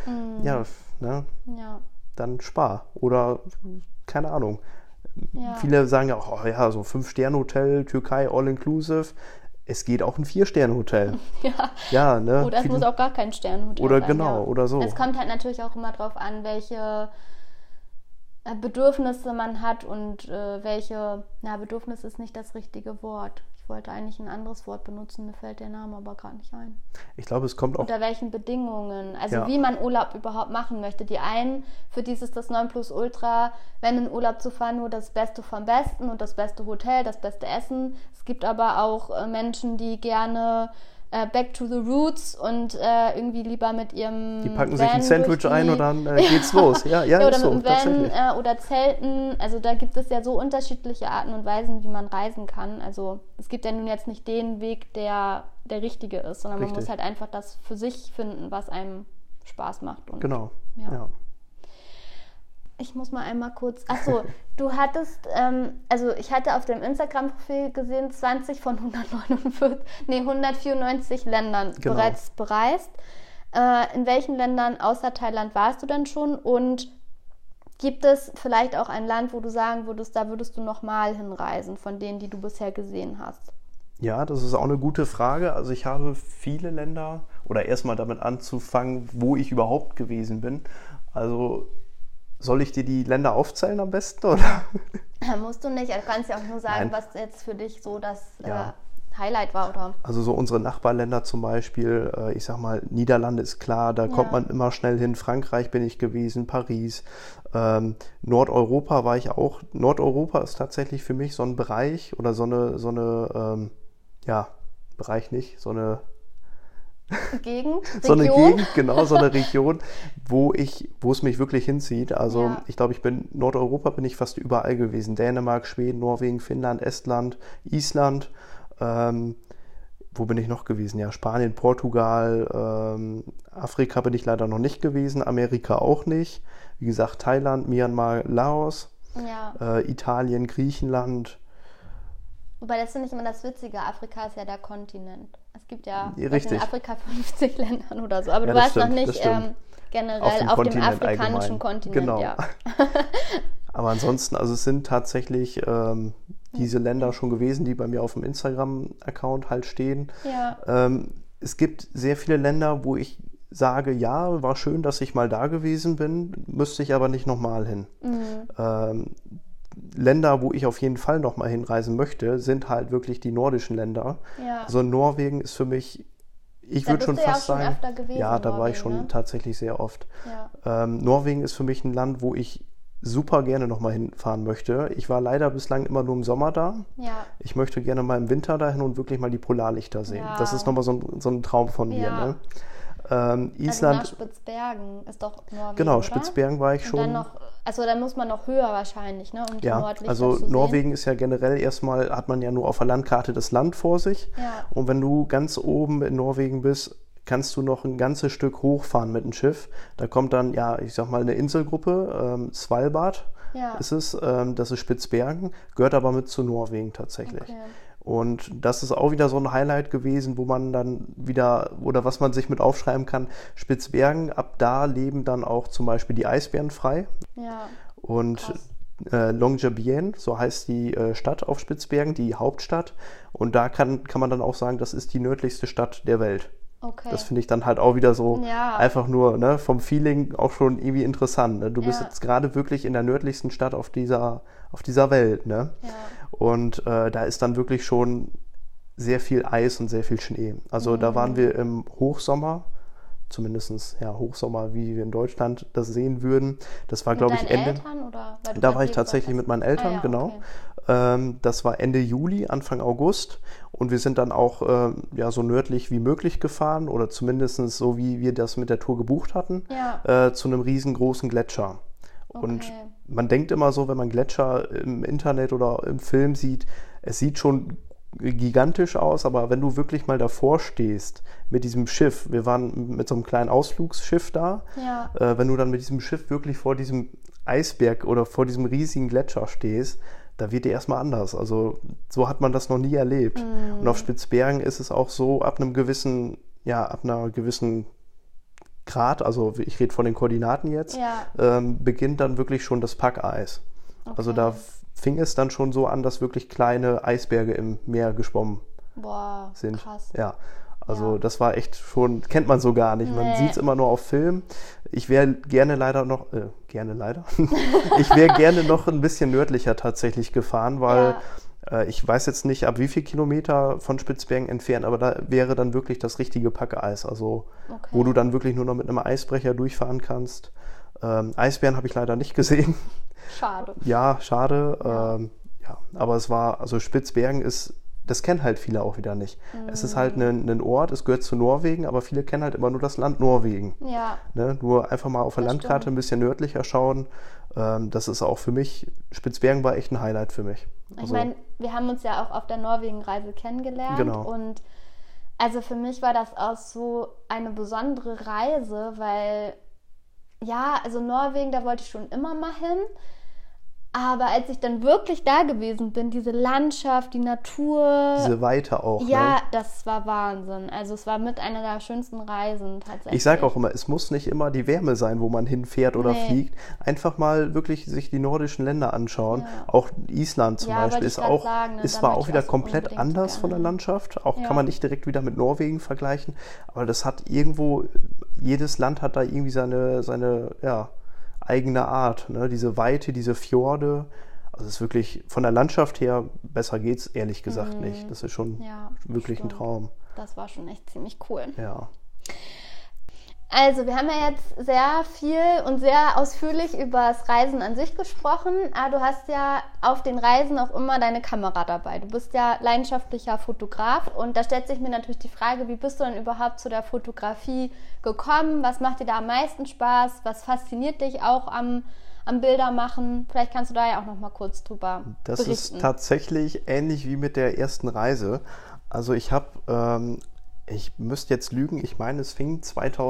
Dann spar. Oder, keine Ahnung. Ja. Viele sagen ja auch, so 5-Sterne-Hotel, Türkei, all-inclusive. Es geht auch ein 4-Sterne-Hotel. Ja, ne? Oder es muss auch gar kein Sternhotel oder sein. Genau, oder so. Es kommt halt natürlich auch immer drauf an, welche Bedürfnisse man hat und Bedürfnis ist nicht das richtige Wort. Ich wollte eigentlich ein anderes Wort benutzen, mir fällt der Name aber gerade nicht ein. Ich glaube, es kommt auch... Unter welchen Bedingungen, also wie man Urlaub überhaupt machen möchte. Die einen, für die ist das Nonplusultra, wenn in Urlaub zu fahren, nur das Beste vom Besten und das beste Hotel, das beste Essen. Es gibt aber auch Menschen, die gerne back to the roots und irgendwie lieber mit ihrem Die packen sich ein Sandwich ein und dann geht's los. Ja, oder ist mit dem Van oder Zelten. Also da gibt es ja so unterschiedliche Arten und Weisen, wie man reisen kann. Also es gibt ja nun jetzt nicht den Weg, der richtige ist, sondern man muss halt einfach das für sich finden, was einem Spaß macht. Und, genau, ja. Ich muss mal einmal kurz... Achso, du hattest... ich hatte auf dem Instagram-Profil gesehen, 20 von 194 Ländern bereits bereist. In welchen Ländern außer Thailand warst du denn schon? Und gibt es vielleicht auch ein Land, wo du sagen würdest, da würdest du nochmal hinreisen, von denen, die du bisher gesehen hast? Ja, das ist auch eine gute Frage. Also ich habe viele Länder, oder erstmal damit anzufangen, wo ich überhaupt gewesen bin. Also... Soll ich dir die Länder aufzählen am besten, oder? Musst du nicht. Du kannst ja auch nur sagen, was jetzt für dich so das Highlight war, oder? Also so unsere Nachbarländer zum Beispiel, ich sag mal, Niederlande ist klar, da kommt man immer schnell hin. Frankreich bin ich gewesen, Paris. Nordeuropa war ich auch. Nordeuropa ist tatsächlich für mich so ein Bereich oder Bereich nicht, so eine Gegend, so eine Gegend, genau, so eine Region, wo es mich wirklich hinzieht. Also ich glaube, Nordeuropa bin ich fast überall gewesen. Dänemark, Schweden, Norwegen, Finnland, Estland, Island. Wo bin ich noch gewesen? Ja, Spanien, Portugal, Afrika bin ich leider noch nicht gewesen, Amerika auch nicht. Wie gesagt, Thailand, Myanmar, Laos, Italien, Griechenland. Wobei das finde ich immer das Witzige, Afrika ist ja der Kontinent. Es gibt ja in Afrika 50 Ländern oder so, aber ja, du warst stimmt, noch nicht generell auf dem afrikanischen Kontinent. Genau. Ja. Aber ansonsten, also es sind tatsächlich diese Länder schon gewesen, die bei mir auf dem Instagram-Account halt stehen. Ja. Es gibt sehr viele Länder, wo ich sage, ja, war schön, dass ich mal da gewesen bin, müsste ich aber nicht nochmal hin. Länder, wo ich auf jeden Fall nochmal hinreisen möchte, sind halt wirklich die nordischen Länder. Ja. Also Norwegen ist für mich, ich würde schon fast sagen, öfter gewesen, ja, da war ich Norwegen, schon tatsächlich sehr oft. Ja. Norwegen ist für mich ein Land, wo ich super gerne nochmal hinfahren möchte. Ich war leider bislang immer nur im Sommer da. Ja. Ich möchte gerne mal im Winter dahin und wirklich mal die Polarlichter sehen. Ja. Das ist nochmal so ein Traum von mir. Ja. Ne? Island. Also nach Spitzbergen ist doch Norwegen, Genau, oder? Spitzbergen war ich schon. Und dann noch, also dann muss man noch höher wahrscheinlich, ne? Um die Ja, Nordlichter also zu sehen. Norwegen ist ja generell erstmal, hat man ja nur auf der Landkarte das Land vor sich. Ja. Und wenn du ganz oben in Norwegen bist, kannst du noch ein ganzes Stück hochfahren mit dem Schiff. Da kommt dann, ja, ich sag mal, eine Inselgruppe, Svalbard ist es, das ist Spitzbergen, gehört aber mit zu Norwegen tatsächlich. Okay. Und das ist auch wieder so ein Highlight gewesen, wo man dann wieder, oder was man sich mit aufschreiben kann, Spitzbergen, ab da leben dann auch zum Beispiel die Eisbären frei. Ja. Und Longyearbyen, so heißt die Stadt auf Spitzbergen, die Hauptstadt. Und da kann man dann auch sagen, das ist die nördlichste Stadt der Welt. Okay. Das finde ich dann halt auch wieder so Ja. einfach nur, ne, vom Feeling auch schon irgendwie interessant. Ne? Du bist Ja. jetzt gerade wirklich in der nördlichsten Stadt auf dieser Welt. Ne? Ja. Und da ist dann wirklich schon sehr viel Eis und sehr viel Schnee. Also da waren wir im Hochsommer, zumindest ja, Hochsommer, wie wir in Deutschland das sehen würden. Das war, glaube ich, Ende. Eltern, oder? Weil du da war ich tatsächlich mit meinen Eltern, ja, genau. Okay. Das war Ende Juli, Anfang August. Und wir sind dann auch ja, so nördlich wie möglich gefahren oder zumindest so, wie wir das mit der Tour gebucht hatten, zu einem riesengroßen Gletscher. Und Okay. man denkt immer so, wenn man Gletscher im Internet oder im Film sieht, es sieht schon gigantisch aus, aber wenn du wirklich mal davor stehst mit diesem Schiff, wir waren mit so einem kleinen Ausflugsschiff da, Ja. wenn du dann mit diesem Schiff wirklich vor diesem Eisberg oder vor diesem riesigen Gletscher stehst, da wird dir erstmal anders. Also so hat man das noch nie erlebt. Und auf Spitzbergen ist es auch so, ab einer gewissen Grad, also ich rede von den Koordinaten jetzt, beginnt dann wirklich schon das Packeis. Okay. Also da fing es dann schon so an, dass wirklich kleine Eisberge im Meer geschwommen sind. Krass. Ja, also das war echt schon, kennt man so gar nicht. Man sieht es immer nur auf Film. Ich wäre gerne leider noch, ich wäre gerne noch ein bisschen nördlicher tatsächlich gefahren, weil ich weiß jetzt nicht, ab wie viel Kilometer von Spitzbergen entfernt, aber da wäre dann wirklich das richtige Packeis, also wo du dann wirklich nur noch mit einem Eisbrecher durchfahren kannst. Eisbären habe ich leider nicht gesehen. Schade. Ja, schade. Aber es war, also Spitzbergen ist, das kennen halt viele auch wieder nicht. Es ist halt ein Ort, es gehört zu Norwegen, aber viele kennen halt immer nur das Land Norwegen. Ja. Ne? Nur einfach mal auf der Landkarte stimmt. ein bisschen nördlicher schauen. Das ist auch für mich, Spitzbergen war echt ein Highlight für mich. Ich meine, wir haben uns ja auch auf der Norwegen-Reise kennengelernt. Genau. Und also für mich war das auch so eine besondere Reise, weil ja, also Norwegen, da wollte ich schon immer mal hin. Aber als ich dann wirklich da gewesen bin, diese Landschaft, die Natur. Diese Weite auch. Ja, ne? das war Wahnsinn. Also es war mit einer der schönsten Reisen tatsächlich. Ich sage auch immer, es muss nicht immer die Wärme sein, wo man hinfährt oder fliegt. Einfach mal wirklich sich die nordischen Länder anschauen. Ja. Auch Island zum Beispiel ist auch, ist zwar auch wieder komplett anders von der Landschaft. Auch kann man nicht direkt wieder mit Norwegen vergleichen. Aber das hat irgendwo, jedes Land hat da irgendwie seine eigene Art. Ne? Diese Weite, diese Fjorde. Also es ist wirklich, von der Landschaft her, besser geht's ehrlich gesagt nicht. Das ist schon wirklich ein Traum. Das war schon echt ziemlich cool. Ja. Also, wir haben ja jetzt sehr viel und sehr ausführlich über das Reisen an sich gesprochen, aber du hast ja auf den Reisen auch immer deine Kamera dabei. Du bist ja leidenschaftlicher Fotograf und da stellt sich mir natürlich die Frage, wie bist du denn überhaupt zu der Fotografie gekommen? Was macht dir da am meisten Spaß? Was fasziniert dich auch am Bildermachen? Vielleicht kannst du da ja auch noch mal kurz drüber berichten. Das ist tatsächlich ähnlich wie mit der ersten Reise. Also ich habe... ich müsste jetzt lügen, ich meine, es fing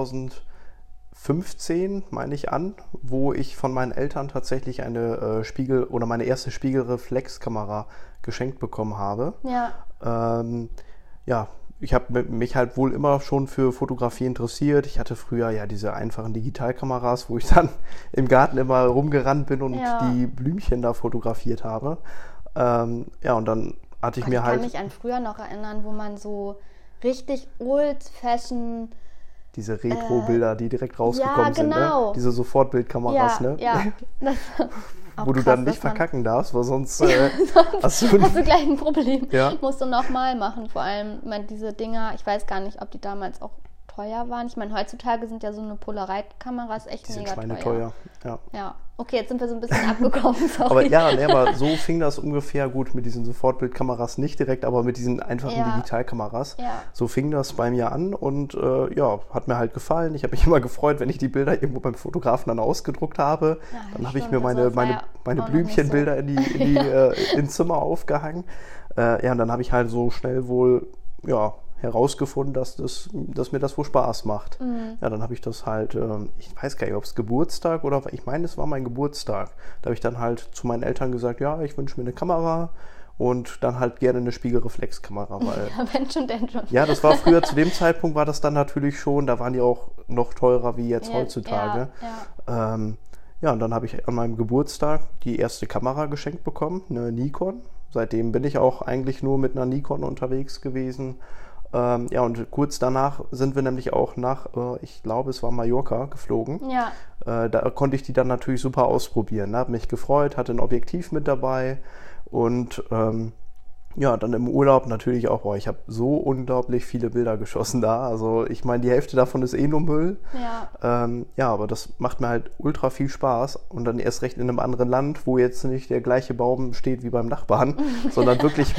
2015, meine ich, an, wo ich von meinen Eltern tatsächlich eine meine erste Spiegelreflexkamera geschenkt bekommen habe. Ja. ich habe mich halt wohl immer schon für Fotografie interessiert. Ich hatte früher ja diese einfachen Digitalkameras, wo ich dann im Garten immer rumgerannt bin und die Blümchen da fotografiert habe. Und dann hatte ich mir halt... Ich kann mich an früher noch erinnern, wo man so richtig old-fashion... Diese Retro-Bilder, die direkt rausgekommen sind, ne? Diese Sofortbildkameras, ne? Ja, wo du dann nicht verkacken darfst, weil sonst hast du gleich ein Problem. Ja. Musst du nochmal machen. Vor allem diese Dinger, ich weiß gar nicht, ob die damals auch teuer waren. Ich meine, heutzutage sind ja so eine Polaroid-Kameras echt mega teuer. Ja. Okay, jetzt sind wir so ein bisschen abgekommen, sorry. Aber so fing das ungefähr gut mit diesen Sofortbildkameras, nicht direkt, aber mit diesen einfachen Digitalkameras. Ja. So fing das bei mir an und hat mir halt gefallen. Ich habe mich immer gefreut, wenn ich die Bilder irgendwo beim Fotografen dann ausgedruckt habe. Ja, dann habe ich mir meine Blümchenbilder ins Zimmer aufgehangen. Und dann habe ich halt so schnell wohl, herausgefunden, dass mir das wohl Spaß macht. Mhm. Ja, dann habe ich das halt, ich weiß gar nicht, ob es Geburtstag oder, ich meine, es war mein Geburtstag. Da habe ich dann halt zu meinen Eltern gesagt, ja, ich wünsche mir eine Kamera und dann halt gerne eine Spiegelreflexkamera. Wenn schon, denn schon. Ja, das war früher, zu dem Zeitpunkt war das dann natürlich schon, da waren die auch noch teurer wie jetzt heutzutage. Und dann habe ich an meinem Geburtstag die erste Kamera geschenkt bekommen, eine Nikon. Seitdem bin ich auch eigentlich nur mit einer Nikon unterwegs gewesen. Und kurz danach sind wir nämlich auch nach, ich glaube, es war Mallorca, geflogen. Ja. Da konnte ich die dann natürlich super ausprobieren. Habe mich gefreut, hatte ein Objektiv mit dabei und dann im Urlaub natürlich auch, ich habe so unglaublich viele Bilder geschossen da. Also ich meine, die Hälfte davon ist nur Müll. Ja. Aber das macht mir halt ultra viel Spaß. Und dann erst recht in einem anderen Land, wo jetzt nicht der gleiche Baum steht wie beim Nachbarn, sondern wirklich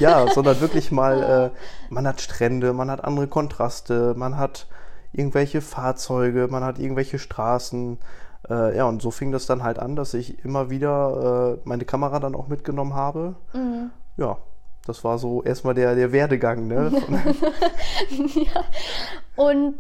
mal, man hat Strände, man hat andere Kontraste, man hat irgendwelche Fahrzeuge, man hat irgendwelche Straßen. Und so fing das dann halt an, dass ich immer wieder meine Kamera dann auch mitgenommen habe. Mhm. Ja. Das war so erstmal der Werdegang, ne? Ja. Und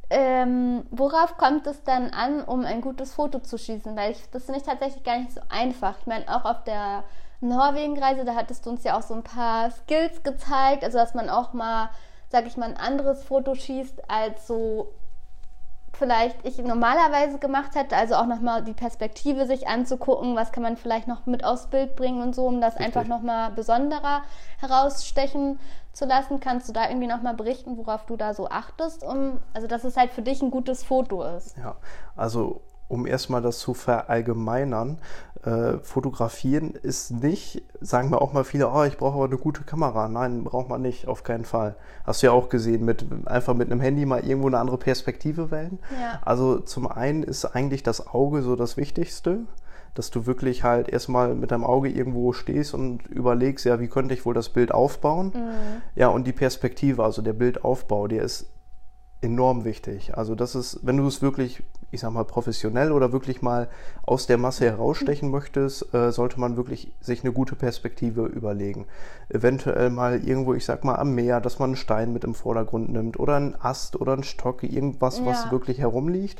worauf kommt es dann an, um ein gutes Foto zu schießen? Weil das finde ich tatsächlich gar nicht so einfach. Ich meine, auch auf der Norwegen-Reise, da hattest du uns ja auch so ein paar Skills gezeigt, also dass man auch mal, sag ich mal, ein anderes Foto schießt, als so vielleicht ich normalerweise gemacht hätte, also auch nochmal die Perspektive sich anzugucken, was kann man vielleicht noch mit aufs Bild bringen und so, um das einfach nochmal besonderer herausstechen zu lassen. Kannst du da irgendwie nochmal berichten, worauf du da so achtest, also dass es halt für dich ein gutes Foto ist? Ja, also um erstmal das zu verallgemeinern, fotografieren ist nicht, sagen wir auch mal viele, ich brauche aber eine gute Kamera. Nein, braucht man nicht, auf keinen Fall. Hast du ja auch gesehen, einfach mit einem Handy mal irgendwo eine andere Perspektive wählen. Ja. Also zum einen ist eigentlich das Auge so das Wichtigste, dass du wirklich halt erstmal mit deinem Auge irgendwo stehst und überlegst, ja, wie könnte ich wohl das Bild aufbauen? Mhm. Ja, und die Perspektive, also der Bildaufbau, der ist enorm wichtig. Also das ist, wenn du es wirklich, ich sag mal, professionell oder wirklich mal aus der Masse herausstechen möchtest, sollte man wirklich sich eine gute Perspektive überlegen. Eventuell mal irgendwo, ich sag mal, am Meer, dass man einen Stein mit im Vordergrund nimmt oder einen Ast oder einen Stock, irgendwas, was wirklich herumliegt.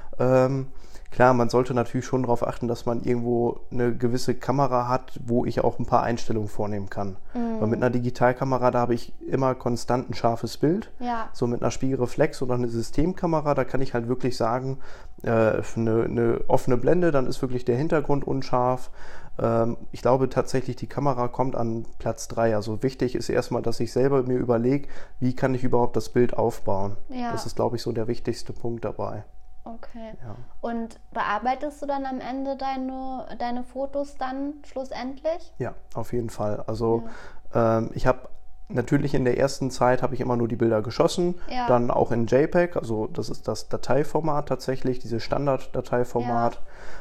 Klar, man sollte natürlich schon darauf achten, dass man irgendwo eine gewisse Kamera hat, wo ich auch ein paar Einstellungen vornehmen kann. Mhm. Weil mit einer Digitalkamera, da habe ich immer konstant ein scharfes Bild. Ja. So mit einer Spiegelreflex oder einer Systemkamera, da kann ich halt wirklich sagen, eine offene Blende, dann ist wirklich der Hintergrund unscharf. Ich glaube tatsächlich, die Kamera kommt an Platz 3. Also wichtig ist erstmal, dass ich selber mir überlege, wie kann ich überhaupt das Bild aufbauen. Ja. Das ist, glaube ich, so der wichtigste Punkt dabei. Okay. Ja. Und bearbeitest du dann am Ende deine Fotos dann schlussendlich? Ja, auf jeden Fall. Also ich habe natürlich in der ersten Zeit habe ich immer nur die Bilder geschossen, dann auch in JPEG, also das ist das Dateiformat tatsächlich, dieses Standard-Dateiformat.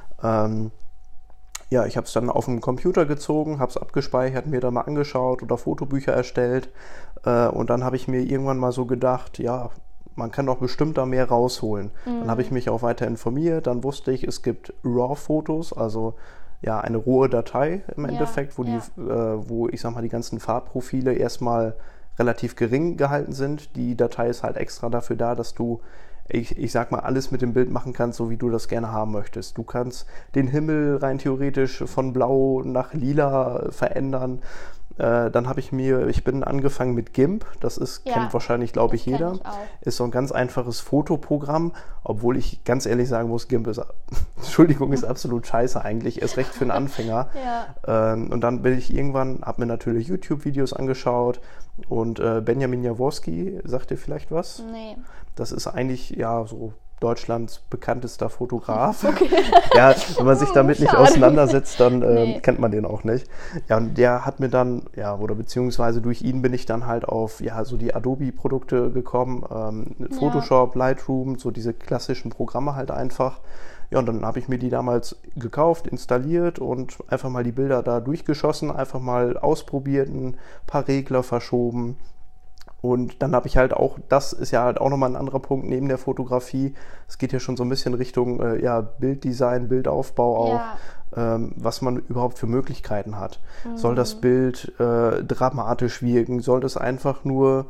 Ja. Ich habe es dann auf dem Computer gezogen, habe es abgespeichert, mir dann mal angeschaut oder Fotobücher erstellt und dann habe ich mir irgendwann mal so gedacht, ja, man kann doch bestimmt da mehr rausholen. Mhm. Dann habe ich mich auch weiter informiert, dann wusste ich, es gibt RAW-Fotos, also ja, eine rohe Datei im Endeffekt, wo ich sag mal, die ganzen Farbprofile erstmal relativ gering gehalten sind. Die Datei ist halt extra dafür da, dass du, ich sag mal, alles mit dem Bild machen kannst, so wie du das gerne haben möchtest. Du kannst den Himmel rein theoretisch von blau nach lila verändern. Dann ich bin angefangen mit GIMP, kennt wahrscheinlich, glaube ich, jeder. Ist so ein ganz einfaches Fotoprogramm, obwohl ich ganz ehrlich sagen muss, GIMP ist, Entschuldigung, ist absolut scheiße eigentlich, erst recht für einen Anfänger. Und dann habe mir natürlich YouTube-Videos angeschaut und Benjamin Jaworski, sagt dir vielleicht was? Nee. Das ist eigentlich, ja, so Deutschlands bekanntester Fotograf. Okay. Ja, wenn man sich damit nicht auseinandersetzt, dann kennt man den auch nicht. Ja, und der hat mir dann, oder beziehungsweise durch ihn bin ich dann halt auf, so die Adobe-Produkte gekommen, Photoshop, Lightroom, so diese klassischen Programme halt einfach. Ja, und dann habe ich mir die damals gekauft, installiert und einfach mal die Bilder da durchgeschossen, einfach mal ausprobiert, ein paar Regler verschoben. Und dann habe ich halt auch, das ist ja halt auch nochmal ein anderer Punkt neben der Fotografie. Es geht ja schon so ein bisschen Richtung Bilddesign, Bildaufbau auch, was man überhaupt für Möglichkeiten hat. Soll das Bild dramatisch wirken? Soll das einfach nur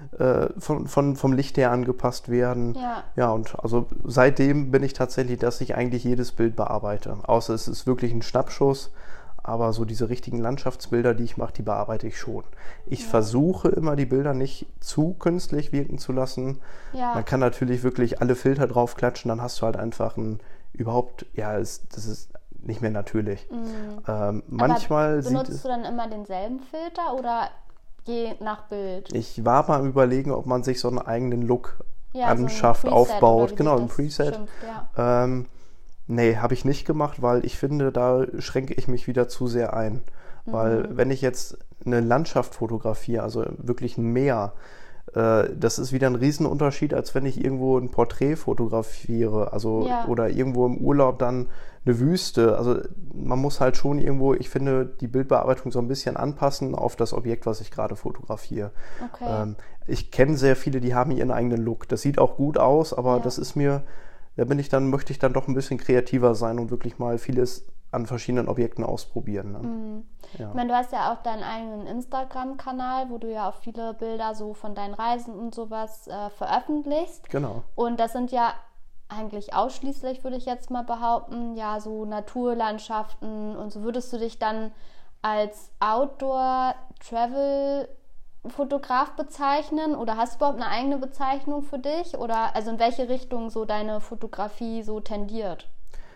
vom Licht her angepasst werden? Ja, und also seitdem bin ich tatsächlich, dass ich eigentlich jedes Bild bearbeite. Außer es ist wirklich ein Schnappschuss. Aber so diese richtigen Landschaftsbilder, die ich mache, die bearbeite ich schon. Ich versuche immer, die Bilder nicht zu künstlich wirken zu lassen. Ja. Man kann natürlich wirklich alle Filter draufklatschen, dann hast du halt einfach das ist nicht mehr natürlich. Manchmal benutzt du dann immer denselben Filter oder je nach Bild? Ich war mal am Überlegen, ob man sich so einen eigenen Look anschafft, so aufbaut. Genau, ein Preset. Schimpft, nee, habe ich nicht gemacht, weil ich finde, da schränke ich mich wieder zu sehr ein. Weil wenn ich jetzt eine Landschaft fotografiere, also wirklich ein Meer, das ist wieder ein Riesenunterschied, als wenn ich irgendwo ein Porträt fotografiere, oder irgendwo im Urlaub dann eine Wüste. Also man muss halt schon irgendwo, ich finde, die Bildbearbeitung so ein bisschen anpassen auf das Objekt, was ich gerade fotografiere. Okay. Ich kenne sehr viele, die haben ihren eigenen Look. Das sieht auch gut aus, aber das ist mir... möchte ich dann doch ein bisschen kreativer sein und wirklich mal vieles an verschiedenen Objekten ausprobieren. Ne? Ja. Ich meine, du hast ja auch deinen eigenen Instagram-Kanal, wo du ja auch viele Bilder so von deinen Reisen und sowas veröffentlichst. Genau. Und das sind ja eigentlich ausschließlich, würde ich jetzt mal behaupten, ja so Naturlandschaften und so. Würdest du dich dann als Outdoor-Travel Fotograf bezeichnen oder hast du überhaupt eine eigene Bezeichnung für dich oder also in welche Richtung so deine Fotografie so tendiert?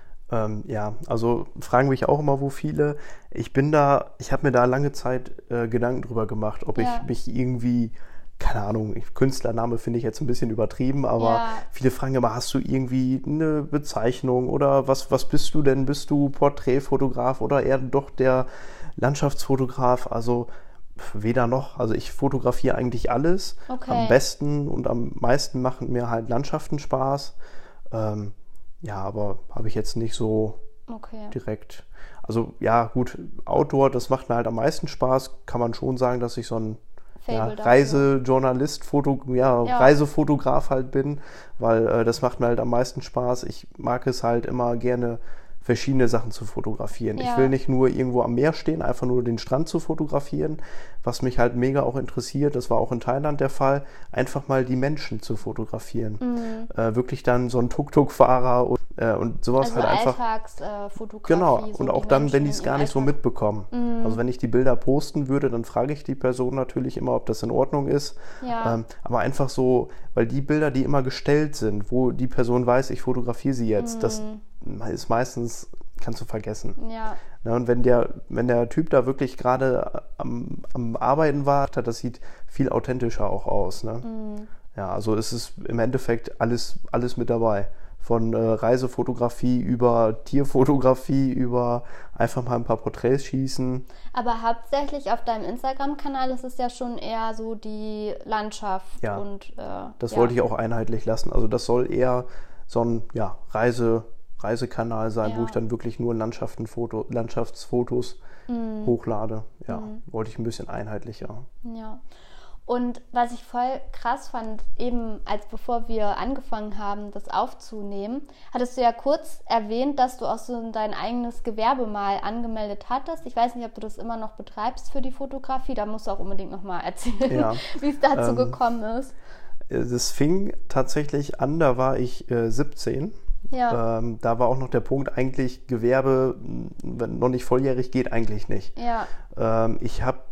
Also fragen mich auch immer, wo viele. Ich habe mir da lange Zeit Gedanken drüber gemacht, ob ich mich irgendwie, keine Ahnung, Künstlername finde ich jetzt ein bisschen übertrieben, aber viele fragen immer, hast du irgendwie eine Bezeichnung oder was bist du denn? Bist du Porträtfotograf oder eher doch der Landschaftsfotograf? Also weder noch. Also ich fotografiere eigentlich alles. Okay. Am besten und am meisten machen mir halt Landschaften Spaß. Aber habe ich jetzt nicht so direkt. Also ja, gut, Outdoor, das macht mir halt am meisten Spaß. Kann man schon sagen, dass ich so ein Reisejournalist, Reisefotograf halt bin, weil das macht mir halt am meisten Spaß. Ich mag es halt immer gerne, verschiedene Sachen zu fotografieren. Ja. Ich will nicht nur irgendwo am Meer stehen, einfach nur den Strand zu fotografieren. Was mich halt mega auch interessiert, das war auch in Thailand der Fall, einfach mal die Menschen zu fotografieren. Wirklich dann so ein Tuk-Tuk-Fahrer und sowas also halt einfach. Alltagsfotografie. Genau, so und auch dann, wenn die es gar nicht so mitbekommen. Also wenn ich die Bilder posten würde, dann frage ich die Person natürlich immer, ob das in Ordnung ist. Ja. Aber einfach so, weil die Bilder, die immer gestellt sind, wo die Person weiß, ich fotografiere sie jetzt, das ist meistens, kannst du vergessen. Ja. Na, und wenn der Typ da wirklich gerade am Arbeiten war, das sieht viel authentischer auch aus. Ne? Ja, also es ist im Endeffekt alles mit dabei. Von Reisefotografie über Tierfotografie, über einfach mal ein paar Porträts schießen. Aber hauptsächlich auf deinem Instagram-Kanal ist es ja schon eher so die Landschaft. Ja, und das wollte ich auch einheitlich lassen. Also das soll eher so ein Reisekanal sein, wo ich dann wirklich nur Landschaftsfotos hochlade. Ja, wollte ich ein bisschen einheitlicher. Ja. Und was ich voll krass fand, eben bevor wir angefangen haben, das aufzunehmen, hattest du ja kurz erwähnt, dass du auch so dein eigenes Gewerbe mal angemeldet hattest. Ich weiß nicht, ob du das immer noch betreibst für die Fotografie. Da musst du auch unbedingt nochmal erzählen, wie es dazu gekommen ist. Das fing tatsächlich an, da war ich 17. Ja. Da war auch noch der Punkt, eigentlich Gewerbe, wenn noch nicht volljährig, geht eigentlich nicht. Ja. Ich habe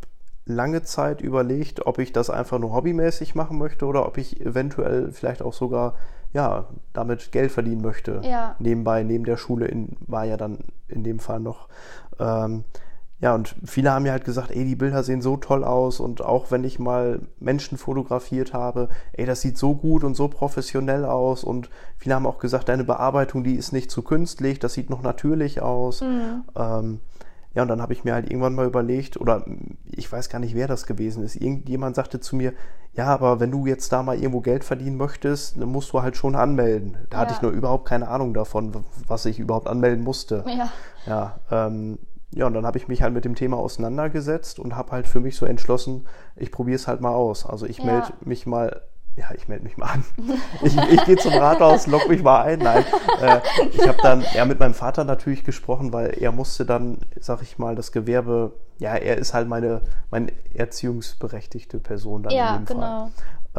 lange Zeit überlegt, ob ich das einfach nur hobbymäßig machen möchte oder ob ich eventuell vielleicht auch sogar damit Geld verdienen möchte. Ja. Nebenbei, neben der Schule war ja dann in dem Fall noch. Und viele haben mir halt gesagt, die Bilder sehen so toll aus und auch wenn ich mal Menschen fotografiert habe, das sieht so gut und so professionell aus und viele haben auch gesagt, deine Bearbeitung, die ist nicht zu künstlich, das sieht noch natürlich aus. Und dann habe ich mir halt irgendwann mal überlegt, oder ich weiß gar nicht, wer das gewesen ist, irgendjemand sagte zu mir, ja, aber wenn du jetzt da mal irgendwo Geld verdienen möchtest, dann musst du halt schon anmelden. Da hatte ich nur überhaupt keine Ahnung davon, was ich überhaupt anmelden musste. Und dann habe ich mich halt mit dem Thema auseinandergesetzt und habe halt für mich so entschlossen, ich probiere es halt mal aus. Also ich melde mich mal an. Ich gehe zum Rathaus, logge mich mal ein. Nein, ich habe dann mit meinem Vater natürlich gesprochen, weil er musste dann, sag ich mal, das Gewerbe, er ist halt meine erziehungsberechtigte Person dann in dem Fall.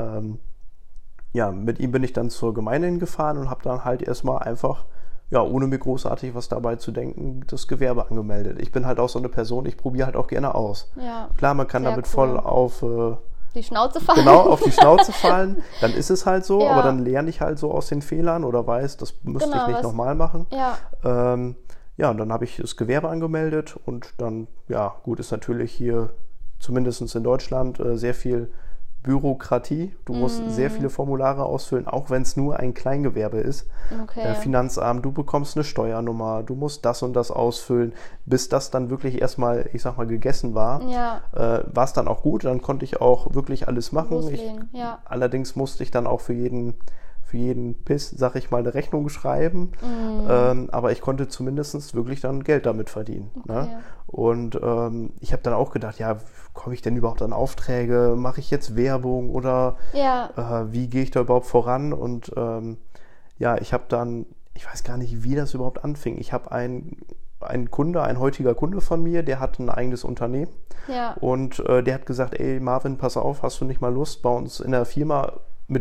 Mit ihm bin ich dann zur Gemeinde hingefahren und habe dann halt erstmal einfach, ohne mir großartig was dabei zu denken, das Gewerbe angemeldet. Ich bin halt auch so eine Person, ich probiere halt auch gerne aus. Ja, klar, man kann damit voll auf die Schnauze fallen. Genau, auf die Schnauze fallen. Dann ist es halt so, aber dann lerne ich halt so aus den Fehlern oder weiß, das müsste ich nicht nochmal machen. Und dann habe ich das Gewerbe angemeldet und dann, ist natürlich hier, zumindest in Deutschland, sehr viel Bürokratie. Du musst sehr viele Formulare ausfüllen, auch wenn es nur ein Kleingewerbe ist. Okay. Finanzamt, du bekommst eine Steuernummer, du musst das und das ausfüllen, bis das dann wirklich erstmal, ich sag mal, gegessen war. War es dann auch gut, dann konnte ich auch wirklich alles machen. Allerdings musste ich dann auch für jeden Piss, sag ich mal, eine Rechnung schreiben. Aber ich konnte zumindest wirklich dann Geld damit verdienen. Okay. Ne? Und ich habe dann auch gedacht, komme ich denn überhaupt an Aufträge? Mache ich jetzt Werbung oder wie gehe ich da überhaupt voran? Und ich habe dann, ich weiß gar nicht, wie das überhaupt anfing. Ich habe ein heutiger Kunde von mir, der hat ein eigenes Unternehmen. Und der hat gesagt, Marvin, pass auf, hast du nicht mal Lust, bei uns in der Firma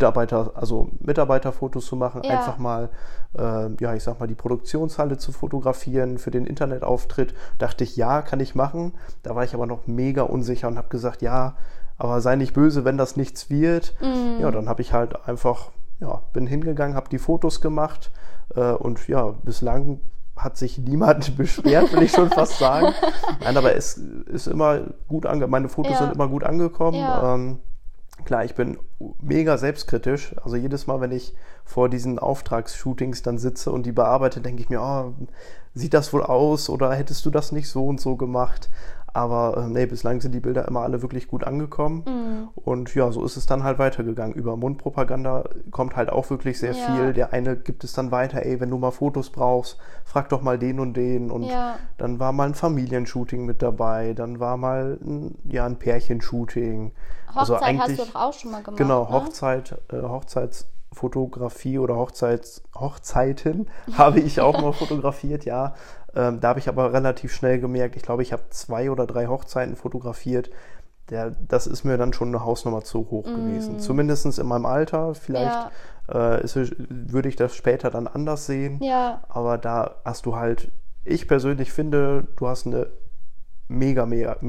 Mitarbeiterfotos zu machen, einfach mal, ich sag mal, die Produktionshalle zu fotografieren für den Internetauftritt. Dachte ich, kann ich machen. Da war ich aber noch mega unsicher und habe gesagt, aber sei nicht böse, wenn das nichts wird. Dann habe ich halt einfach, bin hingegangen, habe die Fotos gemacht und bislang hat sich niemand beschwert, will ich schon fast sagen. Nein, aber es ist immer gut meine Fotos sind immer gut angekommen. Klar, ich bin mega selbstkritisch. Also jedes Mal, wenn ich vor diesen Auftragsshootings dann sitze und die bearbeite, denke ich mir, sieht das wohl aus oder hättest du das nicht so und so gemacht? Aber bislang sind die Bilder immer alle wirklich gut angekommen. Und so ist es dann halt weitergegangen. Über Mundpropaganda kommt halt auch wirklich sehr viel. Der eine gibt es dann weiter, wenn du mal Fotos brauchst, frag doch mal den und den. Und dann war mal ein Familienshooting mit dabei, dann war mal ein Pärchenshooting. Hochzeit hast du doch auch schon mal gemacht. Genau, ne? Hochzeitsfotografie oder Hochzeiten habe ich auch mal fotografiert, Da habe ich aber relativ schnell gemerkt, ich glaube, ich habe 2 oder 3 Hochzeiten fotografiert. Das ist mir dann schon eine Hausnummer zu hoch gewesen. Zumindest in meinem Alter. Vielleicht würde ich das später dann anders sehen. Aber da hast du halt, ich persönlich finde, du hast eine mega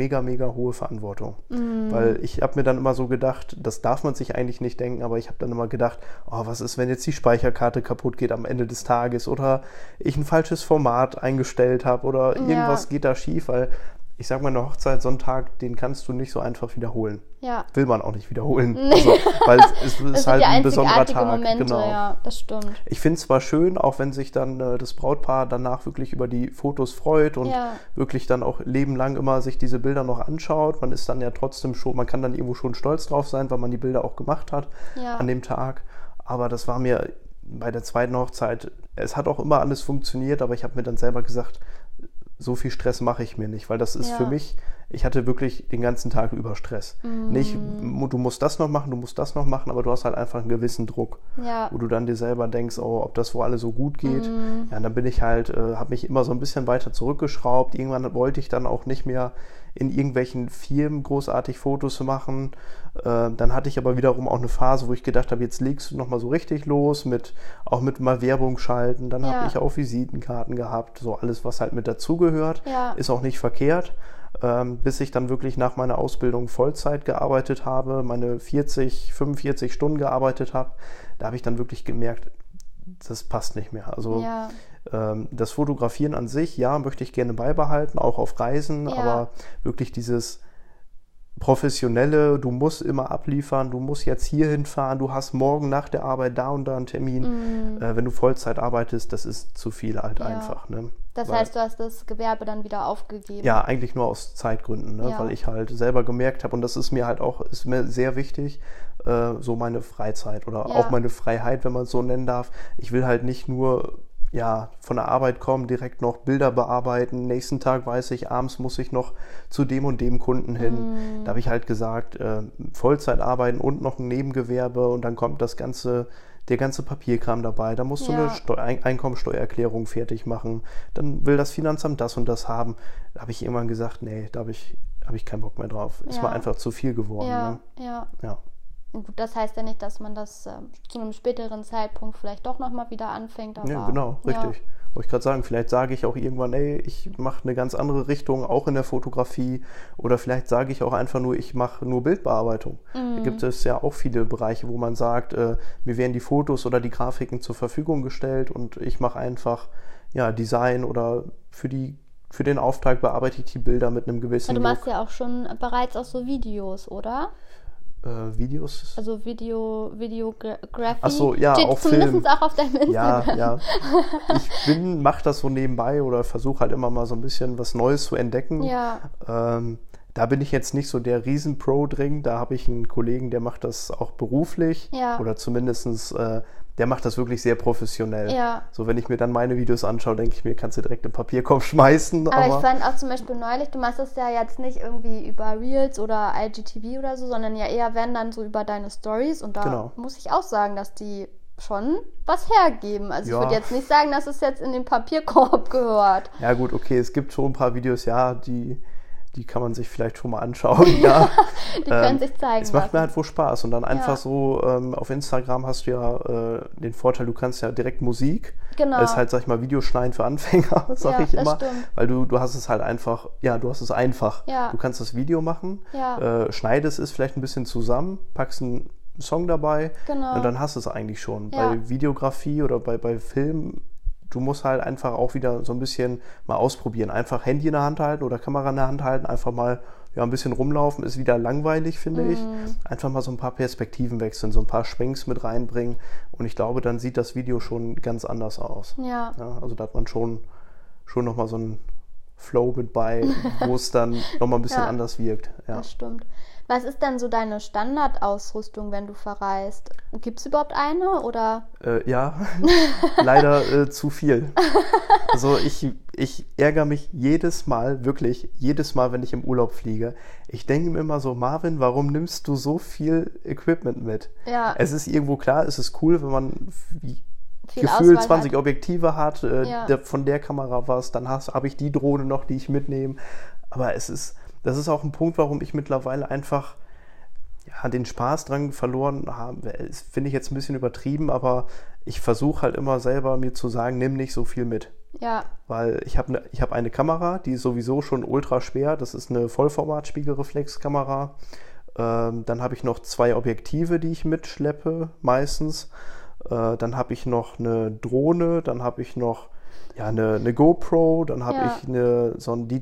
hohe Verantwortung. Weil ich habe mir dann immer so gedacht, das darf man sich eigentlich nicht denken, aber ich habe dann immer gedacht, was ist, wenn jetzt die Speicherkarte kaputt geht am Ende des Tages oder ich ein falsches Format eingestellt habe oder irgendwas geht da schief, weil ich sag mal, eine Hochzeit, so einen Tag, den kannst du nicht so einfach wiederholen. Will man auch nicht wiederholen. Also, weil es ist halt ein besonderer Tag. Momente, genau. Ja, das stimmt. Ich finde es zwar schön, auch wenn sich dann das Brautpaar danach wirklich über die Fotos freut und wirklich dann auch lebenlang immer sich diese Bilder noch anschaut. Man ist dann ja trotzdem schon, man kann dann irgendwo schon stolz drauf sein, weil man die Bilder auch gemacht hat an dem Tag. Aber das war mir bei der zweiten Hochzeit, es hat auch immer alles funktioniert, aber ich habe mir dann selber gesagt, so viel Stress mache ich mir nicht, weil das ist für mich, ich hatte wirklich den ganzen Tag über Stress. Nicht, du musst das noch machen, aber du hast halt einfach einen gewissen Druck, wo du dann dir selber denkst, ob das wohl alles so gut geht. Dann bin ich halt, habe mich immer so ein bisschen weiter zurückgeschraubt. Irgendwann wollte ich dann auch nicht mehr in irgendwelchen Firmen großartig Fotos machen. Dann hatte ich aber wiederum auch eine Phase, wo ich gedacht habe, jetzt legst du nochmal so richtig los, auch mit mal Werbung schalten. Dann habe ich auch Visitenkarten gehabt, so alles, was halt mit dazugehört. Ist auch nicht verkehrt. bis ich dann wirklich nach meiner Ausbildung Vollzeit gearbeitet habe, meine 40, 45 Stunden gearbeitet habe. Da habe ich dann wirklich gemerkt, das passt nicht mehr. Also das Fotografieren an sich, ja, möchte ich gerne beibehalten, auch auf Reisen, aber wirklich dieses Professionelle, du musst immer abliefern, du musst jetzt hier hinfahren, du hast morgen nach der Arbeit da und da einen Termin. Wenn du Vollzeit arbeitest, das ist zu viel halt einfach. Ne? Das heißt, du hast das Gewerbe dann wieder aufgegeben? Ja, eigentlich nur aus Zeitgründen, ne? Weil ich halt selber gemerkt habe, und das ist mir halt auch, ist mir sehr wichtig, so meine Freizeit oder auch meine Freiheit, wenn man es so nennen darf. Ich will halt nicht nur von der Arbeit kommen, direkt noch Bilder bearbeiten. Nächsten Tag weiß ich, abends muss ich noch zu dem und dem Kunden hin. Da habe ich halt gesagt, Vollzeit arbeiten und noch ein Nebengewerbe und dann kommt der ganze Papierkram dabei. Da musst du eine Einkommensteuererklärung fertig machen. Dann will das Finanzamt das und das haben. Da habe ich irgendwann gesagt, nee, da habe ich keinen Bock mehr drauf. Es war einfach zu viel geworden. Ja. Gut, das heißt ja nicht, dass man das zu einem späteren Zeitpunkt vielleicht doch nochmal wieder anfängt. Aber, ja, genau, richtig. Wollte ich gerade sagen, vielleicht sage ich auch irgendwann, ich mache eine ganz andere Richtung, auch in der Fotografie. Oder vielleicht sage ich auch einfach nur, ich mache nur Bildbearbeitung. Da gibt es ja auch viele Bereiche, wo man sagt, mir werden die Fotos oder die Grafiken zur Verfügung gestellt und ich mache einfach Design oder für den Auftrag bearbeite ich die Bilder mit einem gewissen Du machst ja auch schon bereits auch so Videos, oder? Videos? Also Videography. Ach so, ja, steht auch zumindest Film. auch auf deinem Instagram. Ja. Ich mache das so nebenbei oder versuche halt immer mal so ein bisschen was Neues zu entdecken. Ja. Da bin ich jetzt nicht so der Riesenpro drin. Da habe ich einen Kollegen, der macht das auch beruflich. Ja. Oder zumindestens der macht das wirklich sehr professionell. Ja. So, wenn ich mir dann meine Videos anschaue, denke ich mir, kannst du direkt im Papierkorb schmeißen. Aber ich fand auch zum Beispiel neulich, du machst das ja jetzt nicht irgendwie über Reels oder IGTV oder so, sondern ja eher wenn dann so über deine Stories. Und da muss ich auch sagen, dass die schon was hergeben. Also ich würde jetzt nicht sagen, dass es jetzt in den Papierkorb gehört. Ja gut, okay, es gibt schon ein paar Videos, die kann man sich vielleicht schon mal anschauen. Ja. Die können sich zeigen Es macht mir halt wohl Spaß. Und dann einfach so, auf Instagram hast du ja den Vorteil, du kannst ja direkt Musik. Genau. Das ist halt, sag ich mal, Videoschneiden für Anfänger, sag ich immer. Stimmt. Weil du hast es halt einfach, du hast es einfach. Ja. Du kannst das Video machen, schneidest es vielleicht ein bisschen zusammen, packst einen Song dabei und dann hast du es eigentlich schon. Ja. Bei Videografie oder bei Film, du musst halt einfach auch wieder so ein bisschen mal ausprobieren. Einfach Handy in der Hand halten oder Kamera in der Hand halten, einfach mal ein bisschen rumlaufen, ist wieder langweilig, finde ich. Einfach mal so ein paar Perspektiven wechseln, so ein paar Schwenks mit reinbringen und ich glaube, dann sieht das Video schon ganz anders aus. Ja. Also da hat man schon nochmal so einen Flow mit bei, wo es dann nochmal ein bisschen anders wirkt. Ja. Das stimmt. Was ist denn so deine Standardausrüstung, wenn du verreist? Gibt es überhaupt eine, oder? Ja, leider zu viel. Also ich ärgere mich jedes Mal, wenn ich im Urlaub fliege. Ich denke mir immer so, Marvin, warum nimmst du so viel Equipment mit? Ja. Es ist irgendwo klar, es ist cool, wenn man gefühlt 20 Objektive hat, von der Kamera was, dann habe ich die Drohne noch, die ich mitnehme. Aber das ist auch ein Punkt, warum ich mittlerweile einfach den Spaß dran verloren habe. Das finde ich jetzt ein bisschen übertrieben, aber ich versuche halt immer selber mir zu sagen, nimm nicht so viel mit. Ja. Weil ich hab eine Kamera, die ist sowieso schon ultra schwer. Das ist eine Vollformat-Spiegelreflexkamera. Dann habe ich noch 2 Objektive, die ich mitschleppe, meistens. Dann habe ich noch eine Drohne, dann habe ich noch eine GoPro, dann habe ich so ein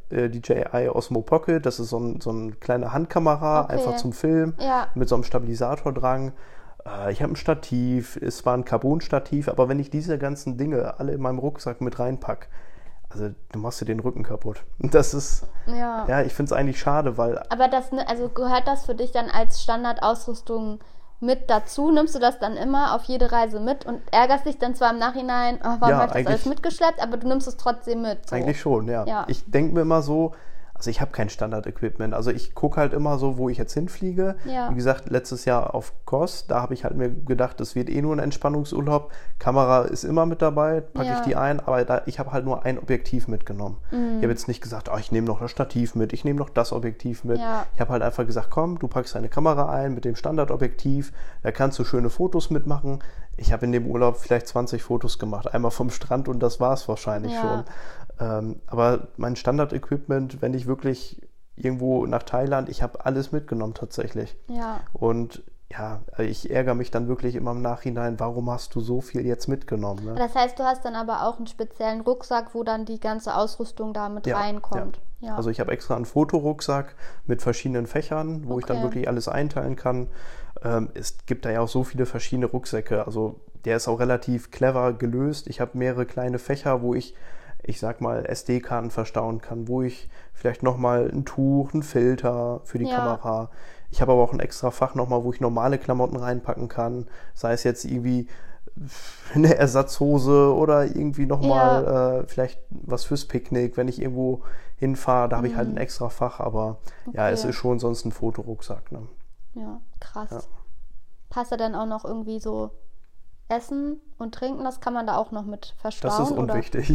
DJI Osmo Pocket, das ist so eine kleine Handkamera, einfach zum Filmen, mit so einem Stabilisator dran. Ich habe ein Stativ, es war ein Carbon-Stativ, aber wenn ich diese ganzen Dinge alle in meinem Rucksack mit reinpacke, also du machst dir den Rücken kaputt. Das ist, ich finde es eigentlich schade, weil... Aber gehört das für dich dann als Standardausrüstung mit dazu? Nimmst du das dann immer auf jede Reise mit und ärgerst dich dann zwar im Nachhinein, warum habe ich das alles mitgeschleppt, aber du nimmst es trotzdem mit? So. Eigentlich schon, ja. Ich denke mir immer so, also ich habe kein Standard-Equipment. Also ich gucke halt immer so, wo ich jetzt hinfliege. Ja. Wie gesagt, letztes Jahr auf Kos, da habe ich halt mir gedacht, das wird nur ein Entspannungsurlaub. Kamera ist immer mit dabei, packe ich die ein, aber ich habe halt nur ein Objektiv mitgenommen. Ich habe jetzt nicht gesagt, ich nehme noch das Stativ mit, ich nehme noch das Objektiv mit. Ja. Ich habe halt einfach gesagt, komm, du packst deine Kamera ein mit dem Standardobjektiv, da kannst du schöne Fotos mitmachen. Ich habe in dem Urlaub vielleicht 20 Fotos gemacht, einmal vom Strand und das war es wahrscheinlich schon. Aber mein Standard-Equipment, wenn ich wirklich irgendwo nach Thailand, ich habe alles mitgenommen tatsächlich. Ja. Und ja, ich ärgere mich dann wirklich immer im Nachhinein, warum hast du so viel jetzt mitgenommen? Ne? Das heißt, du hast dann aber auch einen speziellen Rucksack, wo dann die ganze Ausrüstung da mit reinkommt. Ja. Ja. Also ich habe extra einen Fotorucksack mit verschiedenen Fächern, wo ich dann wirklich alles einteilen kann. Es gibt da ja auch so viele verschiedene Rucksäcke. Also der ist auch relativ clever gelöst. Ich habe mehrere kleine Fächer, wo ich sag mal, SD-Karten verstauen kann, wo ich vielleicht nochmal ein Tuch, einen Filter für die Kamera. Ich habe aber auch ein extra Fach nochmal, wo ich normale Klamotten reinpacken kann. Sei es jetzt irgendwie eine Ersatzhose oder irgendwie nochmal vielleicht was fürs Picknick, wenn ich irgendwo hinfahre. Da habe ich halt ein extra Fach, aber ja, es ist schon sonst ein Fotorucksack. Ne? Ja, krass. Ja. Passt da dann auch noch irgendwie so Essen und Trinken, das kann man da auch noch mit verstauen? Das ist unwichtig.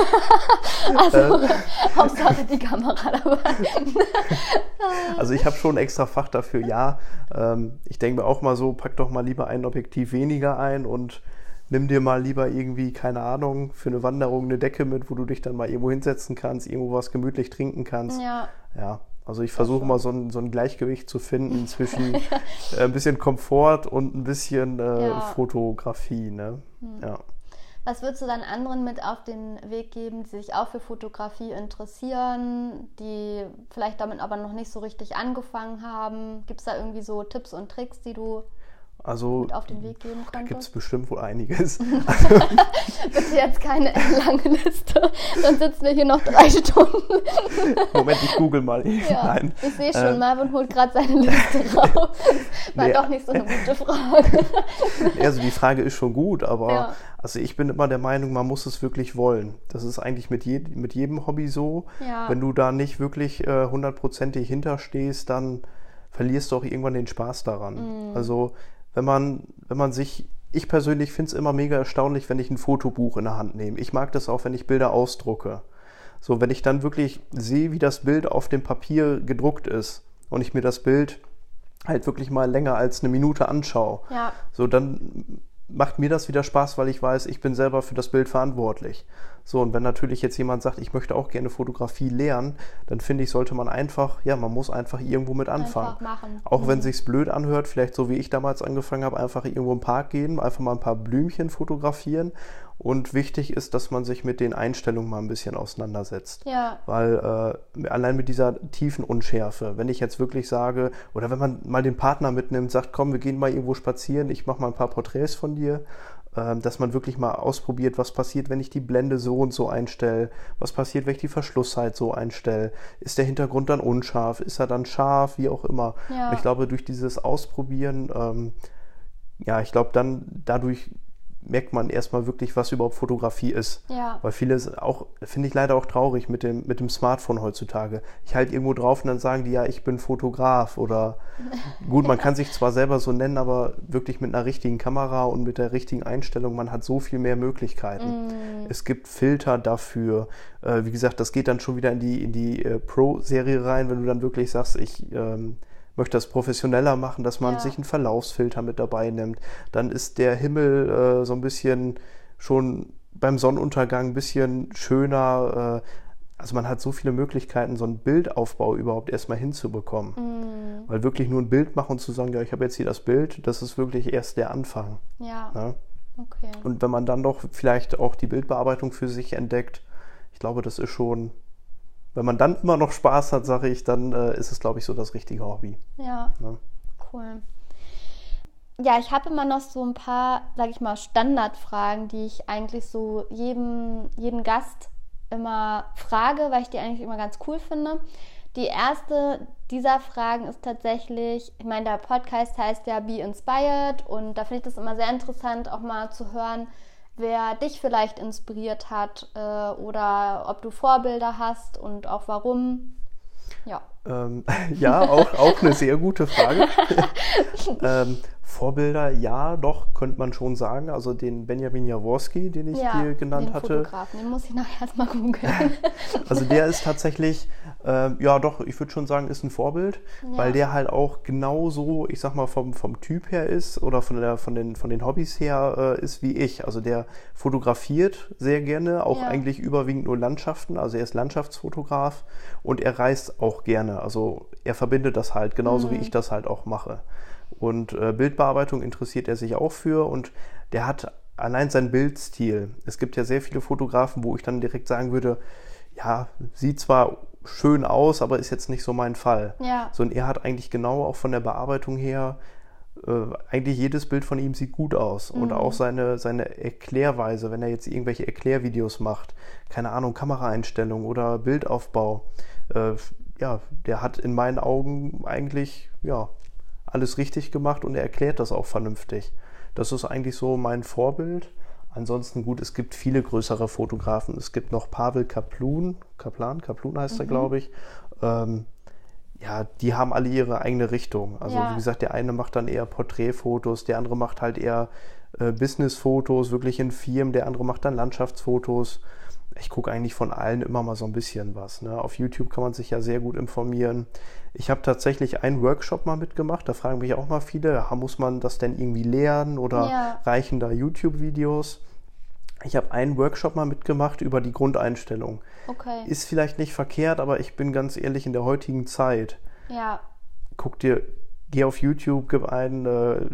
Also, Hauptsache die Kamera dabei. Also ich habe schon ein extra Fach dafür, ja. Ich denke mir auch mal so, pack doch mal lieber ein Objektiv weniger ein und nimm dir mal lieber irgendwie, keine Ahnung, für eine Wanderung eine Decke mit, wo du dich dann mal irgendwo hinsetzen kannst, irgendwo was gemütlich trinken kannst. Ja. Ja. Also ich versuche mal so ein Gleichgewicht zu finden zwischen ein bisschen Komfort und ein bisschen Fotografie. Ne? Ja. Was würdest du dann anderen mit auf den Weg geben, die sich auch für Fotografie interessieren, die vielleicht damit aber noch nicht so richtig angefangen haben? Gibt es da irgendwie so Tipps und Tricks, die du mit auf den Weg geben könntest? Da gibt es bestimmt wohl einiges. Bitte jetzt keine lange Liste, sonst sitzen wir hier noch 3 Stunden. Moment, ich google mal. Ja, nein. Ich sehe schon, Marvin holt gerade seine Liste raus. War doch nicht so eine gute Frage. Also die Frage ist schon gut, aber also ich bin immer der Meinung, man muss es wirklich wollen. Das ist eigentlich mit jedem Hobby so. Ja. Wenn du da nicht wirklich 100%ig hinterstehst, dann verlierst du auch irgendwann den Spaß daran. Also wenn man sich, ich persönlich finde es immer mega erstaunlich, wenn ich ein Fotobuch in der Hand nehme. Ich mag das auch, wenn ich Bilder ausdrucke. So, wenn ich dann wirklich sehe, wie das Bild auf dem Papier gedruckt ist und ich mir das Bild halt wirklich mal länger als eine Minute anschaue, so dann macht mir das wieder Spaß, weil ich weiß, ich bin selber für das Bild verantwortlich. So, und wenn natürlich jetzt jemand sagt, ich möchte auch gerne Fotografie lernen, dann finde ich, sollte man man muss einfach irgendwo mit anfangen. Einfach machen. Auch wenn es sich blöd anhört, vielleicht so wie ich damals angefangen habe, einfach irgendwo im Park gehen, einfach mal ein paar Blümchen fotografieren. Und wichtig ist, dass man sich mit den Einstellungen mal ein bisschen auseinandersetzt. Ja. Weil allein mit dieser tiefen Unschärfe, wenn ich jetzt wirklich sage, oder wenn man mal den Partner mitnimmt, sagt, komm, wir gehen mal irgendwo spazieren, ich mache mal ein paar Porträts von dir, dass man wirklich mal ausprobiert, was passiert, wenn ich die Blende so und so einstelle, was passiert, wenn ich die Verschlusszeit so einstelle, ist der Hintergrund dann unscharf, ist er dann scharf, wie auch immer. Ja. Und ich glaube, durch dieses Ausprobieren, ich glaube, dann dadurch merkt man erstmal wirklich, was überhaupt Fotografie ist. Ja. Weil vieles auch, finde ich leider auch traurig mit dem Smartphone heutzutage. Ich halte irgendwo drauf und dann sagen die, ja, ich bin Fotograf oder gut, man kann sich zwar selber so nennen, aber wirklich mit einer richtigen Kamera und mit der richtigen Einstellung, man hat so viel mehr Möglichkeiten. Es gibt Filter dafür. Wie gesagt, das geht dann schon wieder in die Pro-Serie rein, wenn du dann wirklich sagst, ich möchte das professioneller machen, dass man sich einen Verlaufsfilter mit dabei nimmt. Dann ist der Himmel so ein bisschen schon beim Sonnenuntergang ein bisschen schöner. Also man hat so viele Möglichkeiten, so einen Bildaufbau überhaupt erstmal hinzubekommen. Weil wirklich nur ein Bild machen und zu sagen, ja, ich habe jetzt hier das Bild, das ist wirklich erst der Anfang. Ja. Ne? Okay. Und wenn man dann doch vielleicht auch die Bildbearbeitung für sich entdeckt, ich glaube, das ist schon... Wenn man dann immer noch Spaß hat, sage ich, dann ist es, glaube ich, so das richtige Hobby. Ja, cool. Ja, ich habe immer noch so ein paar, sage ich mal, Standardfragen, die ich eigentlich so jedem Gast immer frage, weil ich die eigentlich immer ganz cool finde. Die erste dieser Fragen ist tatsächlich, ich meine, der Podcast heißt ja Be Inspired und da finde ich das immer sehr interessant, auch mal zu hören, wer dich vielleicht inspiriert hat oder ob du Vorbilder hast und auch warum. Ja. Ja, auch eine sehr gute Frage. Vorbilder, ja, doch, könnte man schon sagen. Also den Benjamin Jaworski, den ich dir genannt hatte. Fotografen, den muss ich nachher erstmal googeln. Also der ist tatsächlich, ja doch, ich würde schon sagen, ist ein Vorbild, weil der halt auch genauso, ich sag mal, vom Typ her ist oder von den Hobbys her ist wie ich. Also der fotografiert sehr gerne, auch eigentlich überwiegend nur Landschaften. Also er ist Landschaftsfotograf und er reist auch gerne. Also er verbindet das halt, genauso wie ich das halt auch mache. Und Bildbearbeitung interessiert er sich auch für und der hat allein seinen Bildstil. Es gibt ja sehr viele Fotografen, wo ich dann direkt sagen würde, ja, sieht zwar schön aus, aber ist jetzt nicht so mein Fall. Ja. So, und er hat eigentlich genau auch von der Bearbeitung her, eigentlich jedes Bild von ihm sieht gut aus. Und auch seine Erklärweise, wenn er jetzt irgendwelche Erklärvideos macht, keine Ahnung, Kameraeinstellungen oder Bildaufbau, ja, der hat in meinen Augen eigentlich, ja, alles richtig gemacht und er erklärt das auch vernünftig. Das ist eigentlich so mein Vorbild. Ansonsten gut, es gibt viele größere Fotografen. Es gibt noch Pavel Kaplan heißt er, glaube ich. Ja, die haben alle ihre eigene Richtung. Also wie gesagt, der eine macht dann eher Porträtfotos, der andere macht halt eher Businessfotos, wirklich in Firmen, der andere macht dann Landschaftsfotos. Ich gucke eigentlich von allen immer mal so ein bisschen was. Ne? Auf YouTube kann man sich ja sehr gut informieren. Ich habe tatsächlich einen Workshop mal mitgemacht. Da fragen mich auch mal viele, muss man das denn irgendwie lernen oder reichen da YouTube-Videos? Ich habe einen Workshop mal mitgemacht über die Grundeinstellung. Okay. Ist vielleicht nicht verkehrt, aber ich bin ganz ehrlich, in der heutigen Zeit, geh auf YouTube, gib ein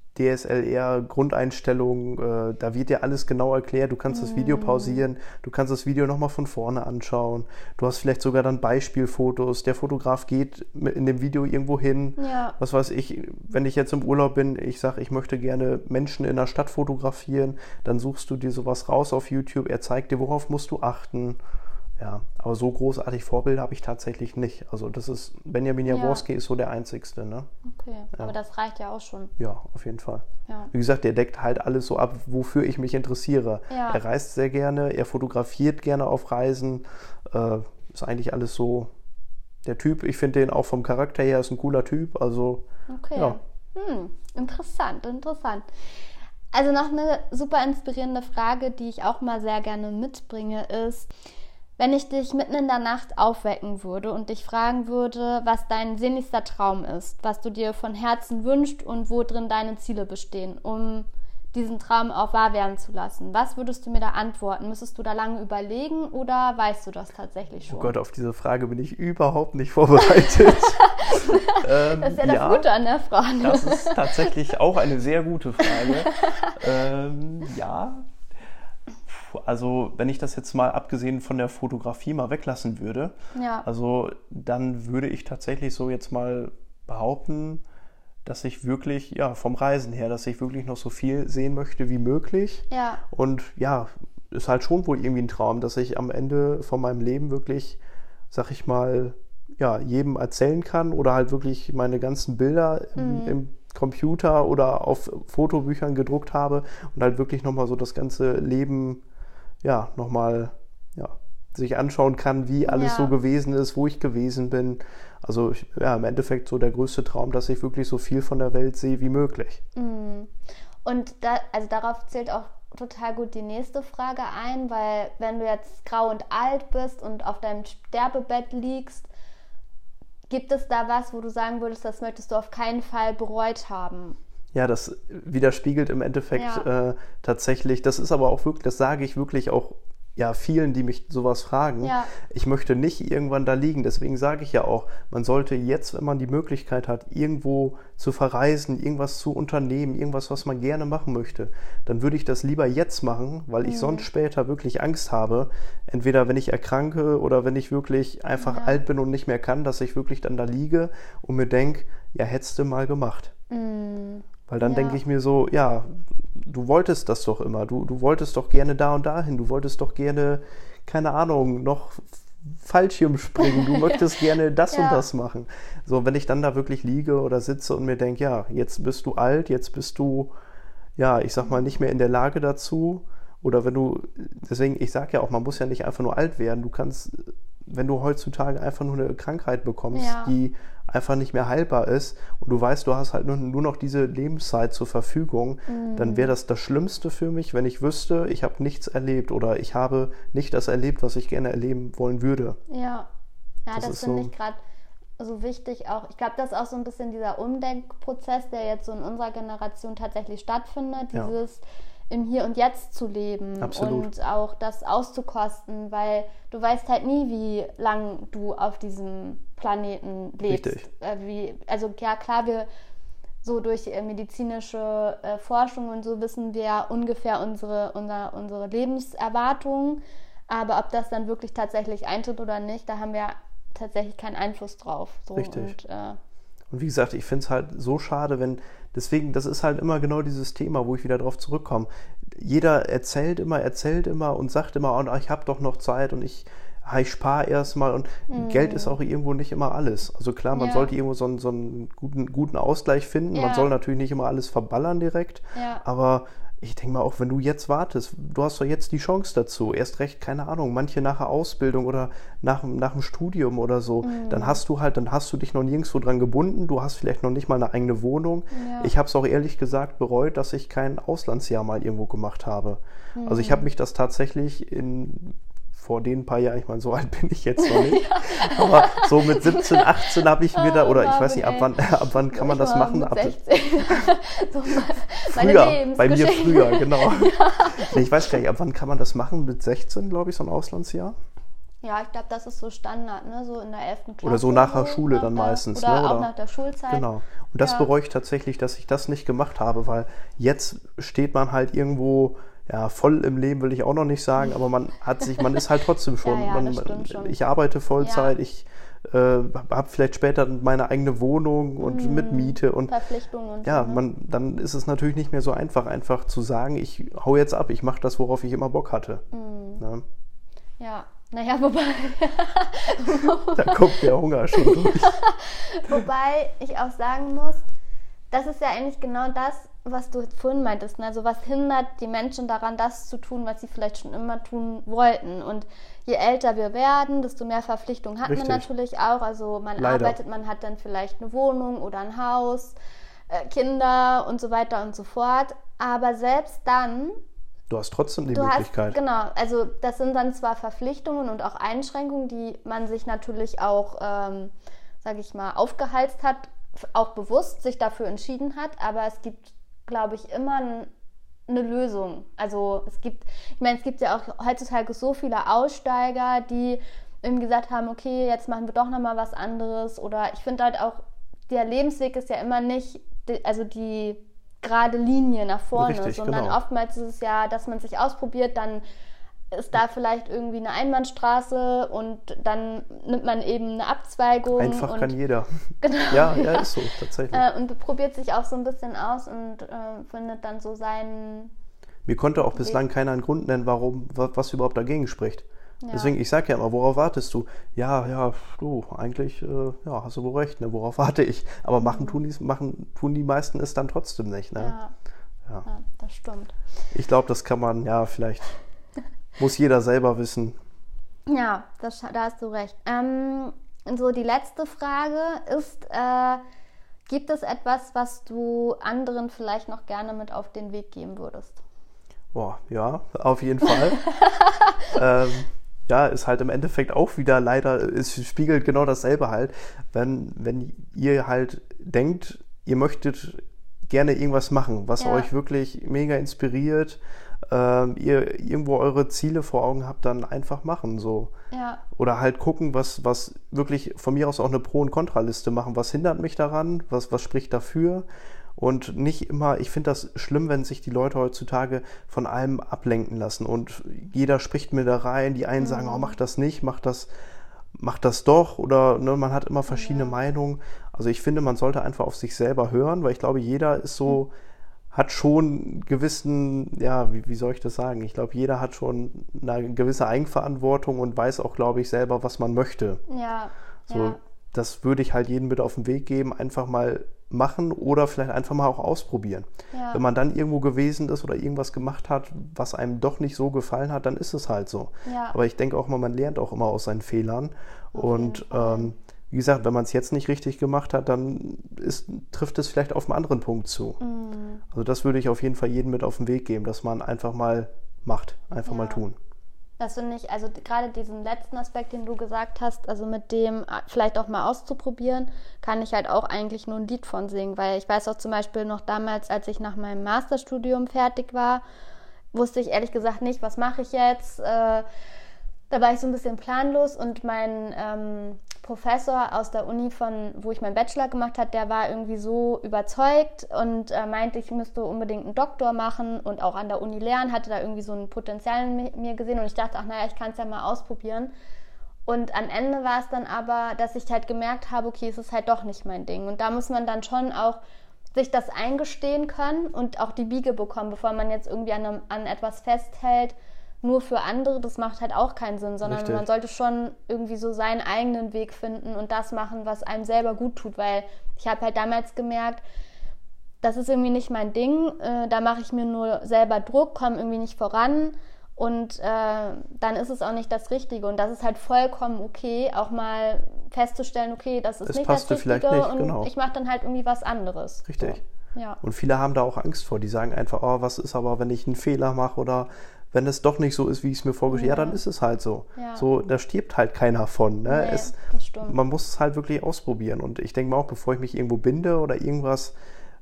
DSLR-Grundeinstellungen, da wird dir alles genau erklärt, du kannst das Video pausieren, du kannst das Video nochmal von vorne anschauen, du hast vielleicht sogar dann Beispielfotos, der Fotograf geht in dem Video irgendwo hin, was weiß ich, wenn ich jetzt im Urlaub bin, ich sage, ich möchte gerne Menschen in der Stadt fotografieren, dann suchst du dir sowas raus auf YouTube, er zeigt dir, worauf musst du achten. Ja, aber so großartig Vorbilder habe ich tatsächlich nicht. Also das ist, Benjamin Jaworski ist so der einzigste, ne? Okay, aber das reicht ja auch schon. Ja, auf jeden Fall. Ja. Wie gesagt, der deckt halt alles so ab, wofür ich mich interessiere. Ja. Er reist sehr gerne, er fotografiert gerne auf Reisen. Ist eigentlich alles so der Typ. Ich finde den auch vom Charakter her ist ein cooler Typ. Also, Interessant. Also noch eine super inspirierende Frage, die ich auch mal sehr gerne mitbringe, ist, wenn ich dich mitten in der Nacht aufwecken würde und dich fragen würde, was dein sehnlichster Traum ist, was du dir von Herzen wünschst und wo drin deine Ziele bestehen, um diesen Traum auch wahr werden zu lassen. Was würdest du mir da antworten? Müsstest du da lange überlegen oder weißt du das tatsächlich schon? Oh Gott, auf diese Frage bin ich überhaupt nicht vorbereitet. Das ist ja das Gute an der Frage. Das ist tatsächlich auch eine sehr gute Frage. Also wenn ich das jetzt mal abgesehen von der Fotografie mal weglassen würde, also dann würde ich tatsächlich so jetzt mal behaupten, dass ich wirklich, vom Reisen her, dass ich wirklich noch so viel sehen möchte wie möglich. Ja. Und ist halt schon wohl irgendwie ein Traum, dass ich am Ende von meinem Leben wirklich, sag ich mal, jedem erzählen kann oder halt wirklich meine ganzen Bilder im Computer oder auf Fotobüchern gedruckt habe und halt wirklich nochmal so das ganze Leben nochmal sich anschauen kann, wie alles so gewesen ist, wo ich gewesen bin. Also im Endeffekt so der größte Traum, dass ich wirklich so viel von der Welt sehe wie möglich. Und darauf zählt auch total gut die nächste Frage ein, weil wenn du jetzt grau und alt bist und auf deinem Sterbebett liegst, gibt es da was, wo du sagen würdest, das möchtest du auf keinen Fall bereut haben? Ja, das widerspiegelt im Endeffekt tatsächlich, das ist aber auch wirklich, das sage ich wirklich auch vielen, die mich sowas fragen. Ja. Ich möchte nicht irgendwann da liegen, deswegen sage ich ja auch, man sollte jetzt, wenn man die Möglichkeit hat, irgendwo zu verreisen, irgendwas zu unternehmen, irgendwas, was man gerne machen möchte, dann würde ich das lieber jetzt machen, weil ich sonst später wirklich Angst habe, entweder wenn ich erkranke oder wenn ich wirklich einfach alt bin und nicht mehr kann, dass ich wirklich dann da liege und mir denke, hättest du mal gemacht. Weil dann denke ich mir so, du wolltest das doch immer, du wolltest doch gerne da und dahin, du wolltest doch gerne, keine Ahnung, noch Fallschirm springen, du möchtest gerne das und das machen. So, wenn ich dann da wirklich liege oder sitze und mir denke, jetzt bist du alt, jetzt bist du, ich sag mal, nicht mehr in der Lage dazu, oder deswegen, ich sag ja auch, man muss ja nicht einfach nur alt werden, du kannst, wenn du heutzutage einfach nur eine Krankheit bekommst, die einfach nicht mehr heilbar ist und du weißt, du hast halt nur noch diese Lebenszeit zur Verfügung, dann wäre das Schlimmste für mich, wenn ich wüsste, ich habe nichts erlebt oder ich habe nicht das erlebt, was ich gerne erleben wollen würde. Ja, das finde ich gerade so wichtig auch. Ich glaube, das ist auch so ein bisschen dieser Umdenkprozess, der jetzt so in unserer Generation tatsächlich stattfindet, dieses im Hier und Jetzt zu leben. Absolut. Und auch das auszukosten, weil du weißt halt nie, wie lang du auf diesem Planeten lebst. Richtig. Also ja, klar, wir so durch medizinische Forschung und so wissen wir ja ungefähr unsere Lebenserwartung, aber ob das dann wirklich tatsächlich eintritt oder nicht, da haben wir tatsächlich keinen Einfluss drauf. So. Richtig. Und wie gesagt, ich finde es halt so schade, deswegen, das ist halt immer genau dieses Thema, wo ich wieder drauf zurückkomme. Jeder erzählt immer und sagt immer, oh, ich habe doch noch Zeit und ich spare erstmal und Geld ist auch irgendwo nicht immer alles. Also klar, man sollte irgendwo so einen guten Ausgleich finden. Man soll natürlich nicht immer alles verballern direkt, aber ich denke mal, auch wenn du jetzt wartest, du hast doch jetzt die Chance dazu. Erst recht, keine Ahnung, manche nach der Ausbildung oder nach dem Studium oder so, dann hast du dich noch nirgendwo dran gebunden, du hast vielleicht noch nicht mal eine eigene Wohnung. Ja. Ich habe es auch ehrlich gesagt bereut, dass ich kein Auslandsjahr mal irgendwo gemacht habe. Also ich habe mich das tatsächlich vor den paar Jahren, ich meine, so alt bin ich jetzt noch nicht, aber so mit 17, 18 habe ich mir oder ich weiß nicht, ab wann kann man das machen? Mit 16. So früher, bei mir früher, genau. Nee, ich weiß gar nicht, ab wann kann man das machen? Mit 16, glaube ich, so ein Auslandsjahr? Ja, ich glaube, das ist so Standard, ne? So in der 11. Klasse. Oder so nach der Schule dann meistens. Oder auch nach der Schulzeit. Genau. Und das bereue ich tatsächlich, dass ich das nicht gemacht habe, weil jetzt steht man halt irgendwo, voll im Leben will ich auch noch nicht sagen, aber man ist halt trotzdem schon. Das stimmt schon. Ich arbeite Vollzeit, ich habe vielleicht später meine eigene Wohnung und mit Miete und Verpflichtungen und dann ist es natürlich nicht mehr so einfach zu sagen, ich hau jetzt ab, ich mache das, worauf ich immer Bock hatte. Ne? Ja, naja, wobei... Da kommt der Hunger schon durch. Wobei ich auch sagen muss, das ist ja eigentlich genau das, was du vorhin meintest. Also was hindert die Menschen daran, das zu tun, was sie vielleicht schon immer tun wollten. Und je älter wir werden, desto mehr Verpflichtungen hat man natürlich auch. Also man arbeitet, man hat dann vielleicht eine Wohnung oder ein Haus, Kinder und so weiter und so fort. Aber selbst dann... Du hast trotzdem die Möglichkeit. Genau, also das sind dann zwar Verpflichtungen und auch Einschränkungen, die man sich natürlich auch, sage ich mal, aufgehalst hat, auch bewusst sich dafür entschieden hat, aber es gibt, glaube ich, immer eine Lösung. Also es gibt ja auch heutzutage so viele Aussteiger, die irgendwie gesagt haben, okay, jetzt machen wir doch nochmal was anderes, oder ich finde halt auch, der Lebensweg ist ja immer nicht, die gerade Linie nach vorne, sondern oftmals ist es ja, dass man sich ausprobiert, dann ist da vielleicht irgendwie eine Einbahnstraße und dann nimmt man eben eine Abzweigung. Einfach kann jeder. Genau. Ja, ist so, tatsächlich. Und probiert sich auch so ein bisschen aus und findet dann so seinen... Mir konnte auch bislang keiner einen Grund nennen, was überhaupt dagegen spricht. Ja. Deswegen, ich sage ja immer, worauf wartest du? Ja, du, eigentlich, hast du wohl recht, ne? Worauf warte ich? Aber tun die meisten es dann trotzdem nicht, ne? Ja, das stimmt. Ich glaube, das kann man, vielleicht muss jeder selber wissen. Ja, da hast du recht. So, die letzte Frage ist, gibt es etwas, was du anderen vielleicht noch gerne mit auf den Weg geben würdest? Boah, ja, auf jeden Fall. Ist halt im Endeffekt auch wieder leider, es spiegelt genau dasselbe halt, wenn ihr halt denkt, ihr möchtet gerne irgendwas machen, was euch wirklich mega inspiriert, ihr irgendwo eure Ziele vor Augen habt, dann einfach machen, so. Ja. Oder halt gucken, was wirklich von mir aus auch eine Pro- und Kontraliste machen, was hindert mich daran, was spricht dafür. Und nicht immer, ich finde das schlimm, wenn sich die Leute heutzutage von allem ablenken lassen und jeder spricht mir da rein, die einen sagen, mach das nicht, mach das doch, oder ne, man hat immer verschiedene Meinungen. Also ich finde, man sollte einfach auf sich selber hören, weil ich glaube, jeder ist so, hat schon einen gewissen, wie soll ich das sagen? Ich glaube, jeder hat schon eine gewisse Eigenverantwortung und weiß auch, glaube ich, selber, was man möchte. Ja. Das würde ich halt jedem mit auf den Weg geben, einfach mal machen oder vielleicht einfach mal auch ausprobieren. Ja. Wenn man dann irgendwo gewesen ist oder irgendwas gemacht hat, was einem doch nicht so gefallen hat, dann ist es halt so. Ja. Aber ich denke auch mal, man lernt auch immer aus seinen Fehlern. Und wie gesagt, wenn man es jetzt nicht richtig gemacht hat, dann trifft es vielleicht auf einen anderen Punkt zu. Also das würde ich auf jeden Fall jedem mit auf den Weg geben, dass man einfach mal macht, einfach mal tun. Das finde ich, also gerade diesen letzten Aspekt, den du gesagt hast, also mit dem vielleicht auch mal auszuprobieren, kann ich halt auch eigentlich nur ein Lied von singen, weil ich weiß auch zum Beispiel noch damals, als ich nach meinem Masterstudium fertig war, wusste ich ehrlich gesagt nicht, was mache ich jetzt. Da war ich so ein bisschen planlos und mein Professor aus der Uni, wo ich meinen Bachelor gemacht habe, der war irgendwie so überzeugt und meinte, ich müsste unbedingt einen Doktor machen und auch an der Uni lernen, hatte da irgendwie so ein Potenzial in mir gesehen und ich dachte, ach naja, ich kann es ja mal ausprobieren. Und am Ende war es dann aber, dass ich halt gemerkt habe, okay, es ist halt doch nicht mein Ding. Und da muss man dann schon auch sich das eingestehen können und auch die Biege bekommen, bevor man jetzt irgendwie an etwas festhält, nur für andere, das macht halt auch keinen Sinn, sondern man sollte schon irgendwie so seinen eigenen Weg finden und das machen, was einem selber gut tut, weil ich habe halt damals gemerkt, das ist irgendwie nicht mein Ding, da mache ich mir nur selber Druck, komme irgendwie nicht voran und dann ist es auch nicht das Richtige und das ist halt vollkommen okay, auch mal festzustellen, okay, das ist nicht das Richtige nicht, und ich mache dann halt irgendwie was anderes. Richtig. So. Ja. Und viele haben da auch Angst vor, die sagen einfach, oh, was ist aber, wenn ich einen Fehler mache oder wenn es doch nicht so ist, wie ich es mir vorgestellt habe, dann ist es halt so. Ja. So, da stirbt halt keiner von. Ne? Nee, das stimmt. Man muss es halt wirklich ausprobieren. Und ich denke mal auch, bevor ich mich irgendwo binde oder irgendwas,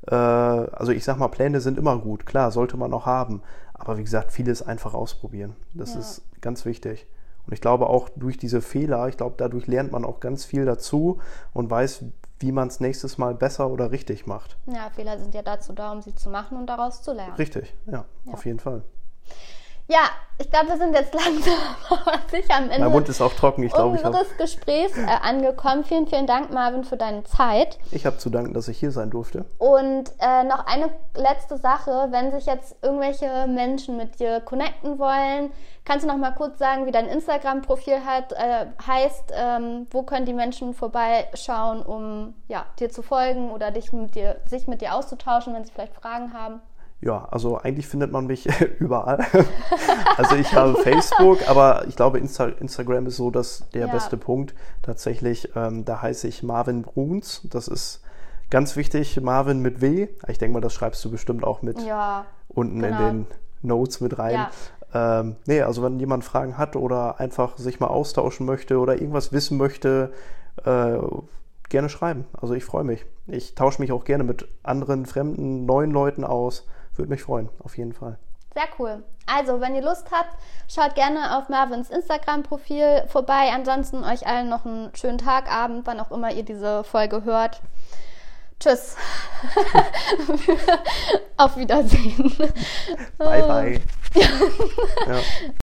also ich sag mal, Pläne sind immer gut. Klar, sollte man auch haben. Aber wie gesagt, vieles einfach ausprobieren. Das ist ganz wichtig. Und ich glaube auch durch diese Fehler, dadurch lernt man auch ganz viel dazu und weiß, wie man es nächstes Mal besser oder richtig macht. Ja, Fehler sind ja dazu da, um sie zu machen und daraus zu lernen. Richtig, ja. Auf jeden Fall. Ja, ich glaube, wir sind jetzt langsam sicher am Ende mein Mund ist auch trocken, unseres Gesprächs angekommen. Vielen, vielen Dank, Marvin, für deine Zeit. Ich habe zu danken, dass ich hier sein durfte. Und noch eine letzte Sache, wenn sich jetzt irgendwelche Menschen mit dir connecten wollen, kannst du noch mal kurz sagen, wie dein Instagram-Profil heißt, wo können die Menschen vorbeischauen, um dir zu folgen oder sich mit dir auszutauschen, wenn sie vielleicht Fragen haben? Ja, also eigentlich findet man mich überall. Also ich habe Facebook, aber ich glaube Instagram ist so der beste Punkt. Tatsächlich, da heiße ich Marvin Bruns. Das ist ganz wichtig, Marvin mit W. Ich denke mal, das schreibst du bestimmt auch mit unten in den Notes mit rein. Ja. Also wenn jemand Fragen hat oder einfach sich mal austauschen möchte oder irgendwas wissen möchte, gerne schreiben. Also ich freue mich. Ich tausche mich auch gerne mit anderen fremden, neuen Leuten aus. Würde mich freuen, auf jeden Fall. Sehr cool. Also, wenn ihr Lust habt, schaut gerne auf Marvins Instagram-Profil vorbei. Ansonsten euch allen noch einen schönen Tag, Abend, wann auch immer ihr diese Folge hört. Tschüss. Auf Wiedersehen. Bye, bye. Ja.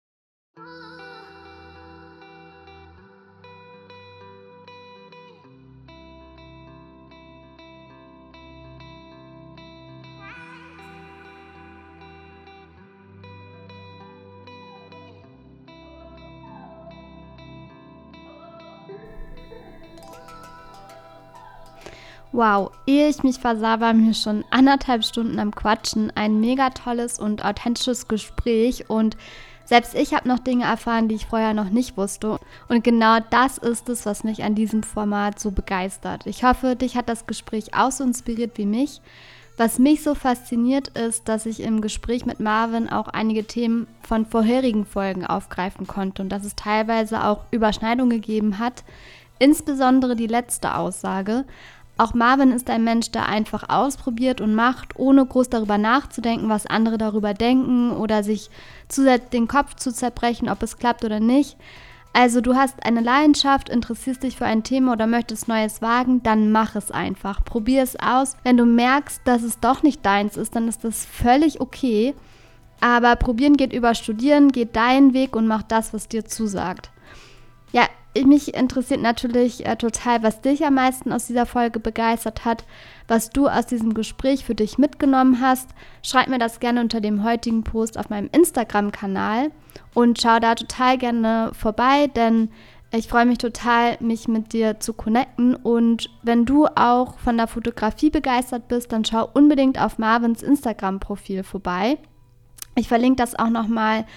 Wow, ehe ich mich versah, waren wir schon 1,5 Stunden am Quatschen. Ein mega tolles und authentisches Gespräch und selbst ich habe noch Dinge erfahren, die ich vorher noch nicht wusste. Und genau das ist es, was mich an diesem Format so begeistert. Ich hoffe, dich hat das Gespräch auch so inspiriert wie mich. Was mich so fasziniert ist, dass ich im Gespräch mit Marvin auch einige Themen von vorherigen Folgen aufgreifen konnte und dass es teilweise auch Überschneidungen gegeben hat, insbesondere die letzte Aussage. Auch Marvin ist ein Mensch, der einfach ausprobiert und macht, ohne groß darüber nachzudenken, was andere darüber denken oder sich zusätzlich den Kopf zu zerbrechen, ob es klappt oder nicht. Also du hast eine Leidenschaft, interessierst dich für ein Thema oder möchtest Neues wagen, dann mach es einfach. Probier es aus. Wenn du merkst, dass es doch nicht deins ist, dann ist das völlig okay. Aber probieren geht über studieren, geht deinen Weg und mach das, was dir zusagt. Ja, mich interessiert natürlich total, was dich am meisten aus dieser Folge begeistert hat, was du aus diesem Gespräch für dich mitgenommen hast. Schreib mir das gerne unter dem heutigen Post auf meinem Instagram-Kanal und schau da total gerne vorbei, denn ich freue mich total, mich mit dir zu connecten. Und wenn du auch von der Fotografie begeistert bist, dann schau unbedingt auf Marvins Instagram-Profil vorbei. Ich verlinke das auch nochmal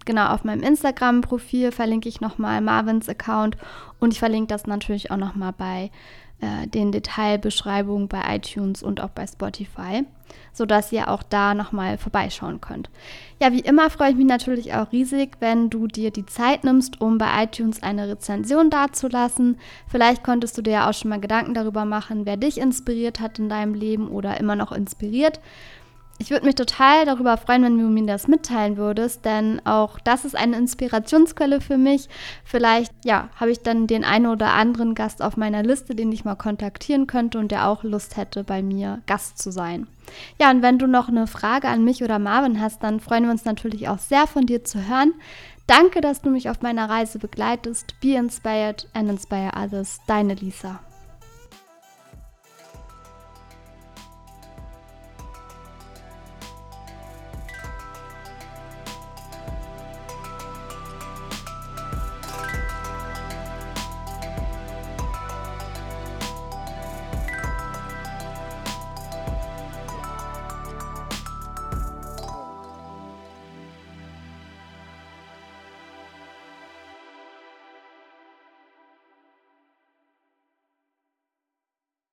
Genau, auf meinem Instagram-Profil verlinke ich nochmal Marvins Account und ich verlinke das natürlich auch nochmal bei den Detailbeschreibungen bei iTunes und auch bei Spotify, sodass ihr auch da nochmal vorbeischauen könnt. Ja, wie immer freue ich mich natürlich auch riesig, wenn du dir die Zeit nimmst, um bei iTunes eine Rezension dazulassen. Vielleicht konntest du dir ja auch schon mal Gedanken darüber machen, wer dich inspiriert hat in deinem Leben oder immer noch inspiriert. Ich würde mich total darüber freuen, wenn du mir das mitteilen würdest, denn auch das ist eine Inspirationsquelle für mich. Vielleicht, habe ich dann den einen oder anderen Gast auf meiner Liste, den ich mal kontaktieren könnte und der auch Lust hätte, bei mir Gast zu sein. Ja, und wenn du noch eine Frage an mich oder Marvin hast, dann freuen wir uns natürlich auch sehr, von dir zu hören. Danke, dass du mich auf meiner Reise begleitest. Be inspired and inspire others. Deine Lisa.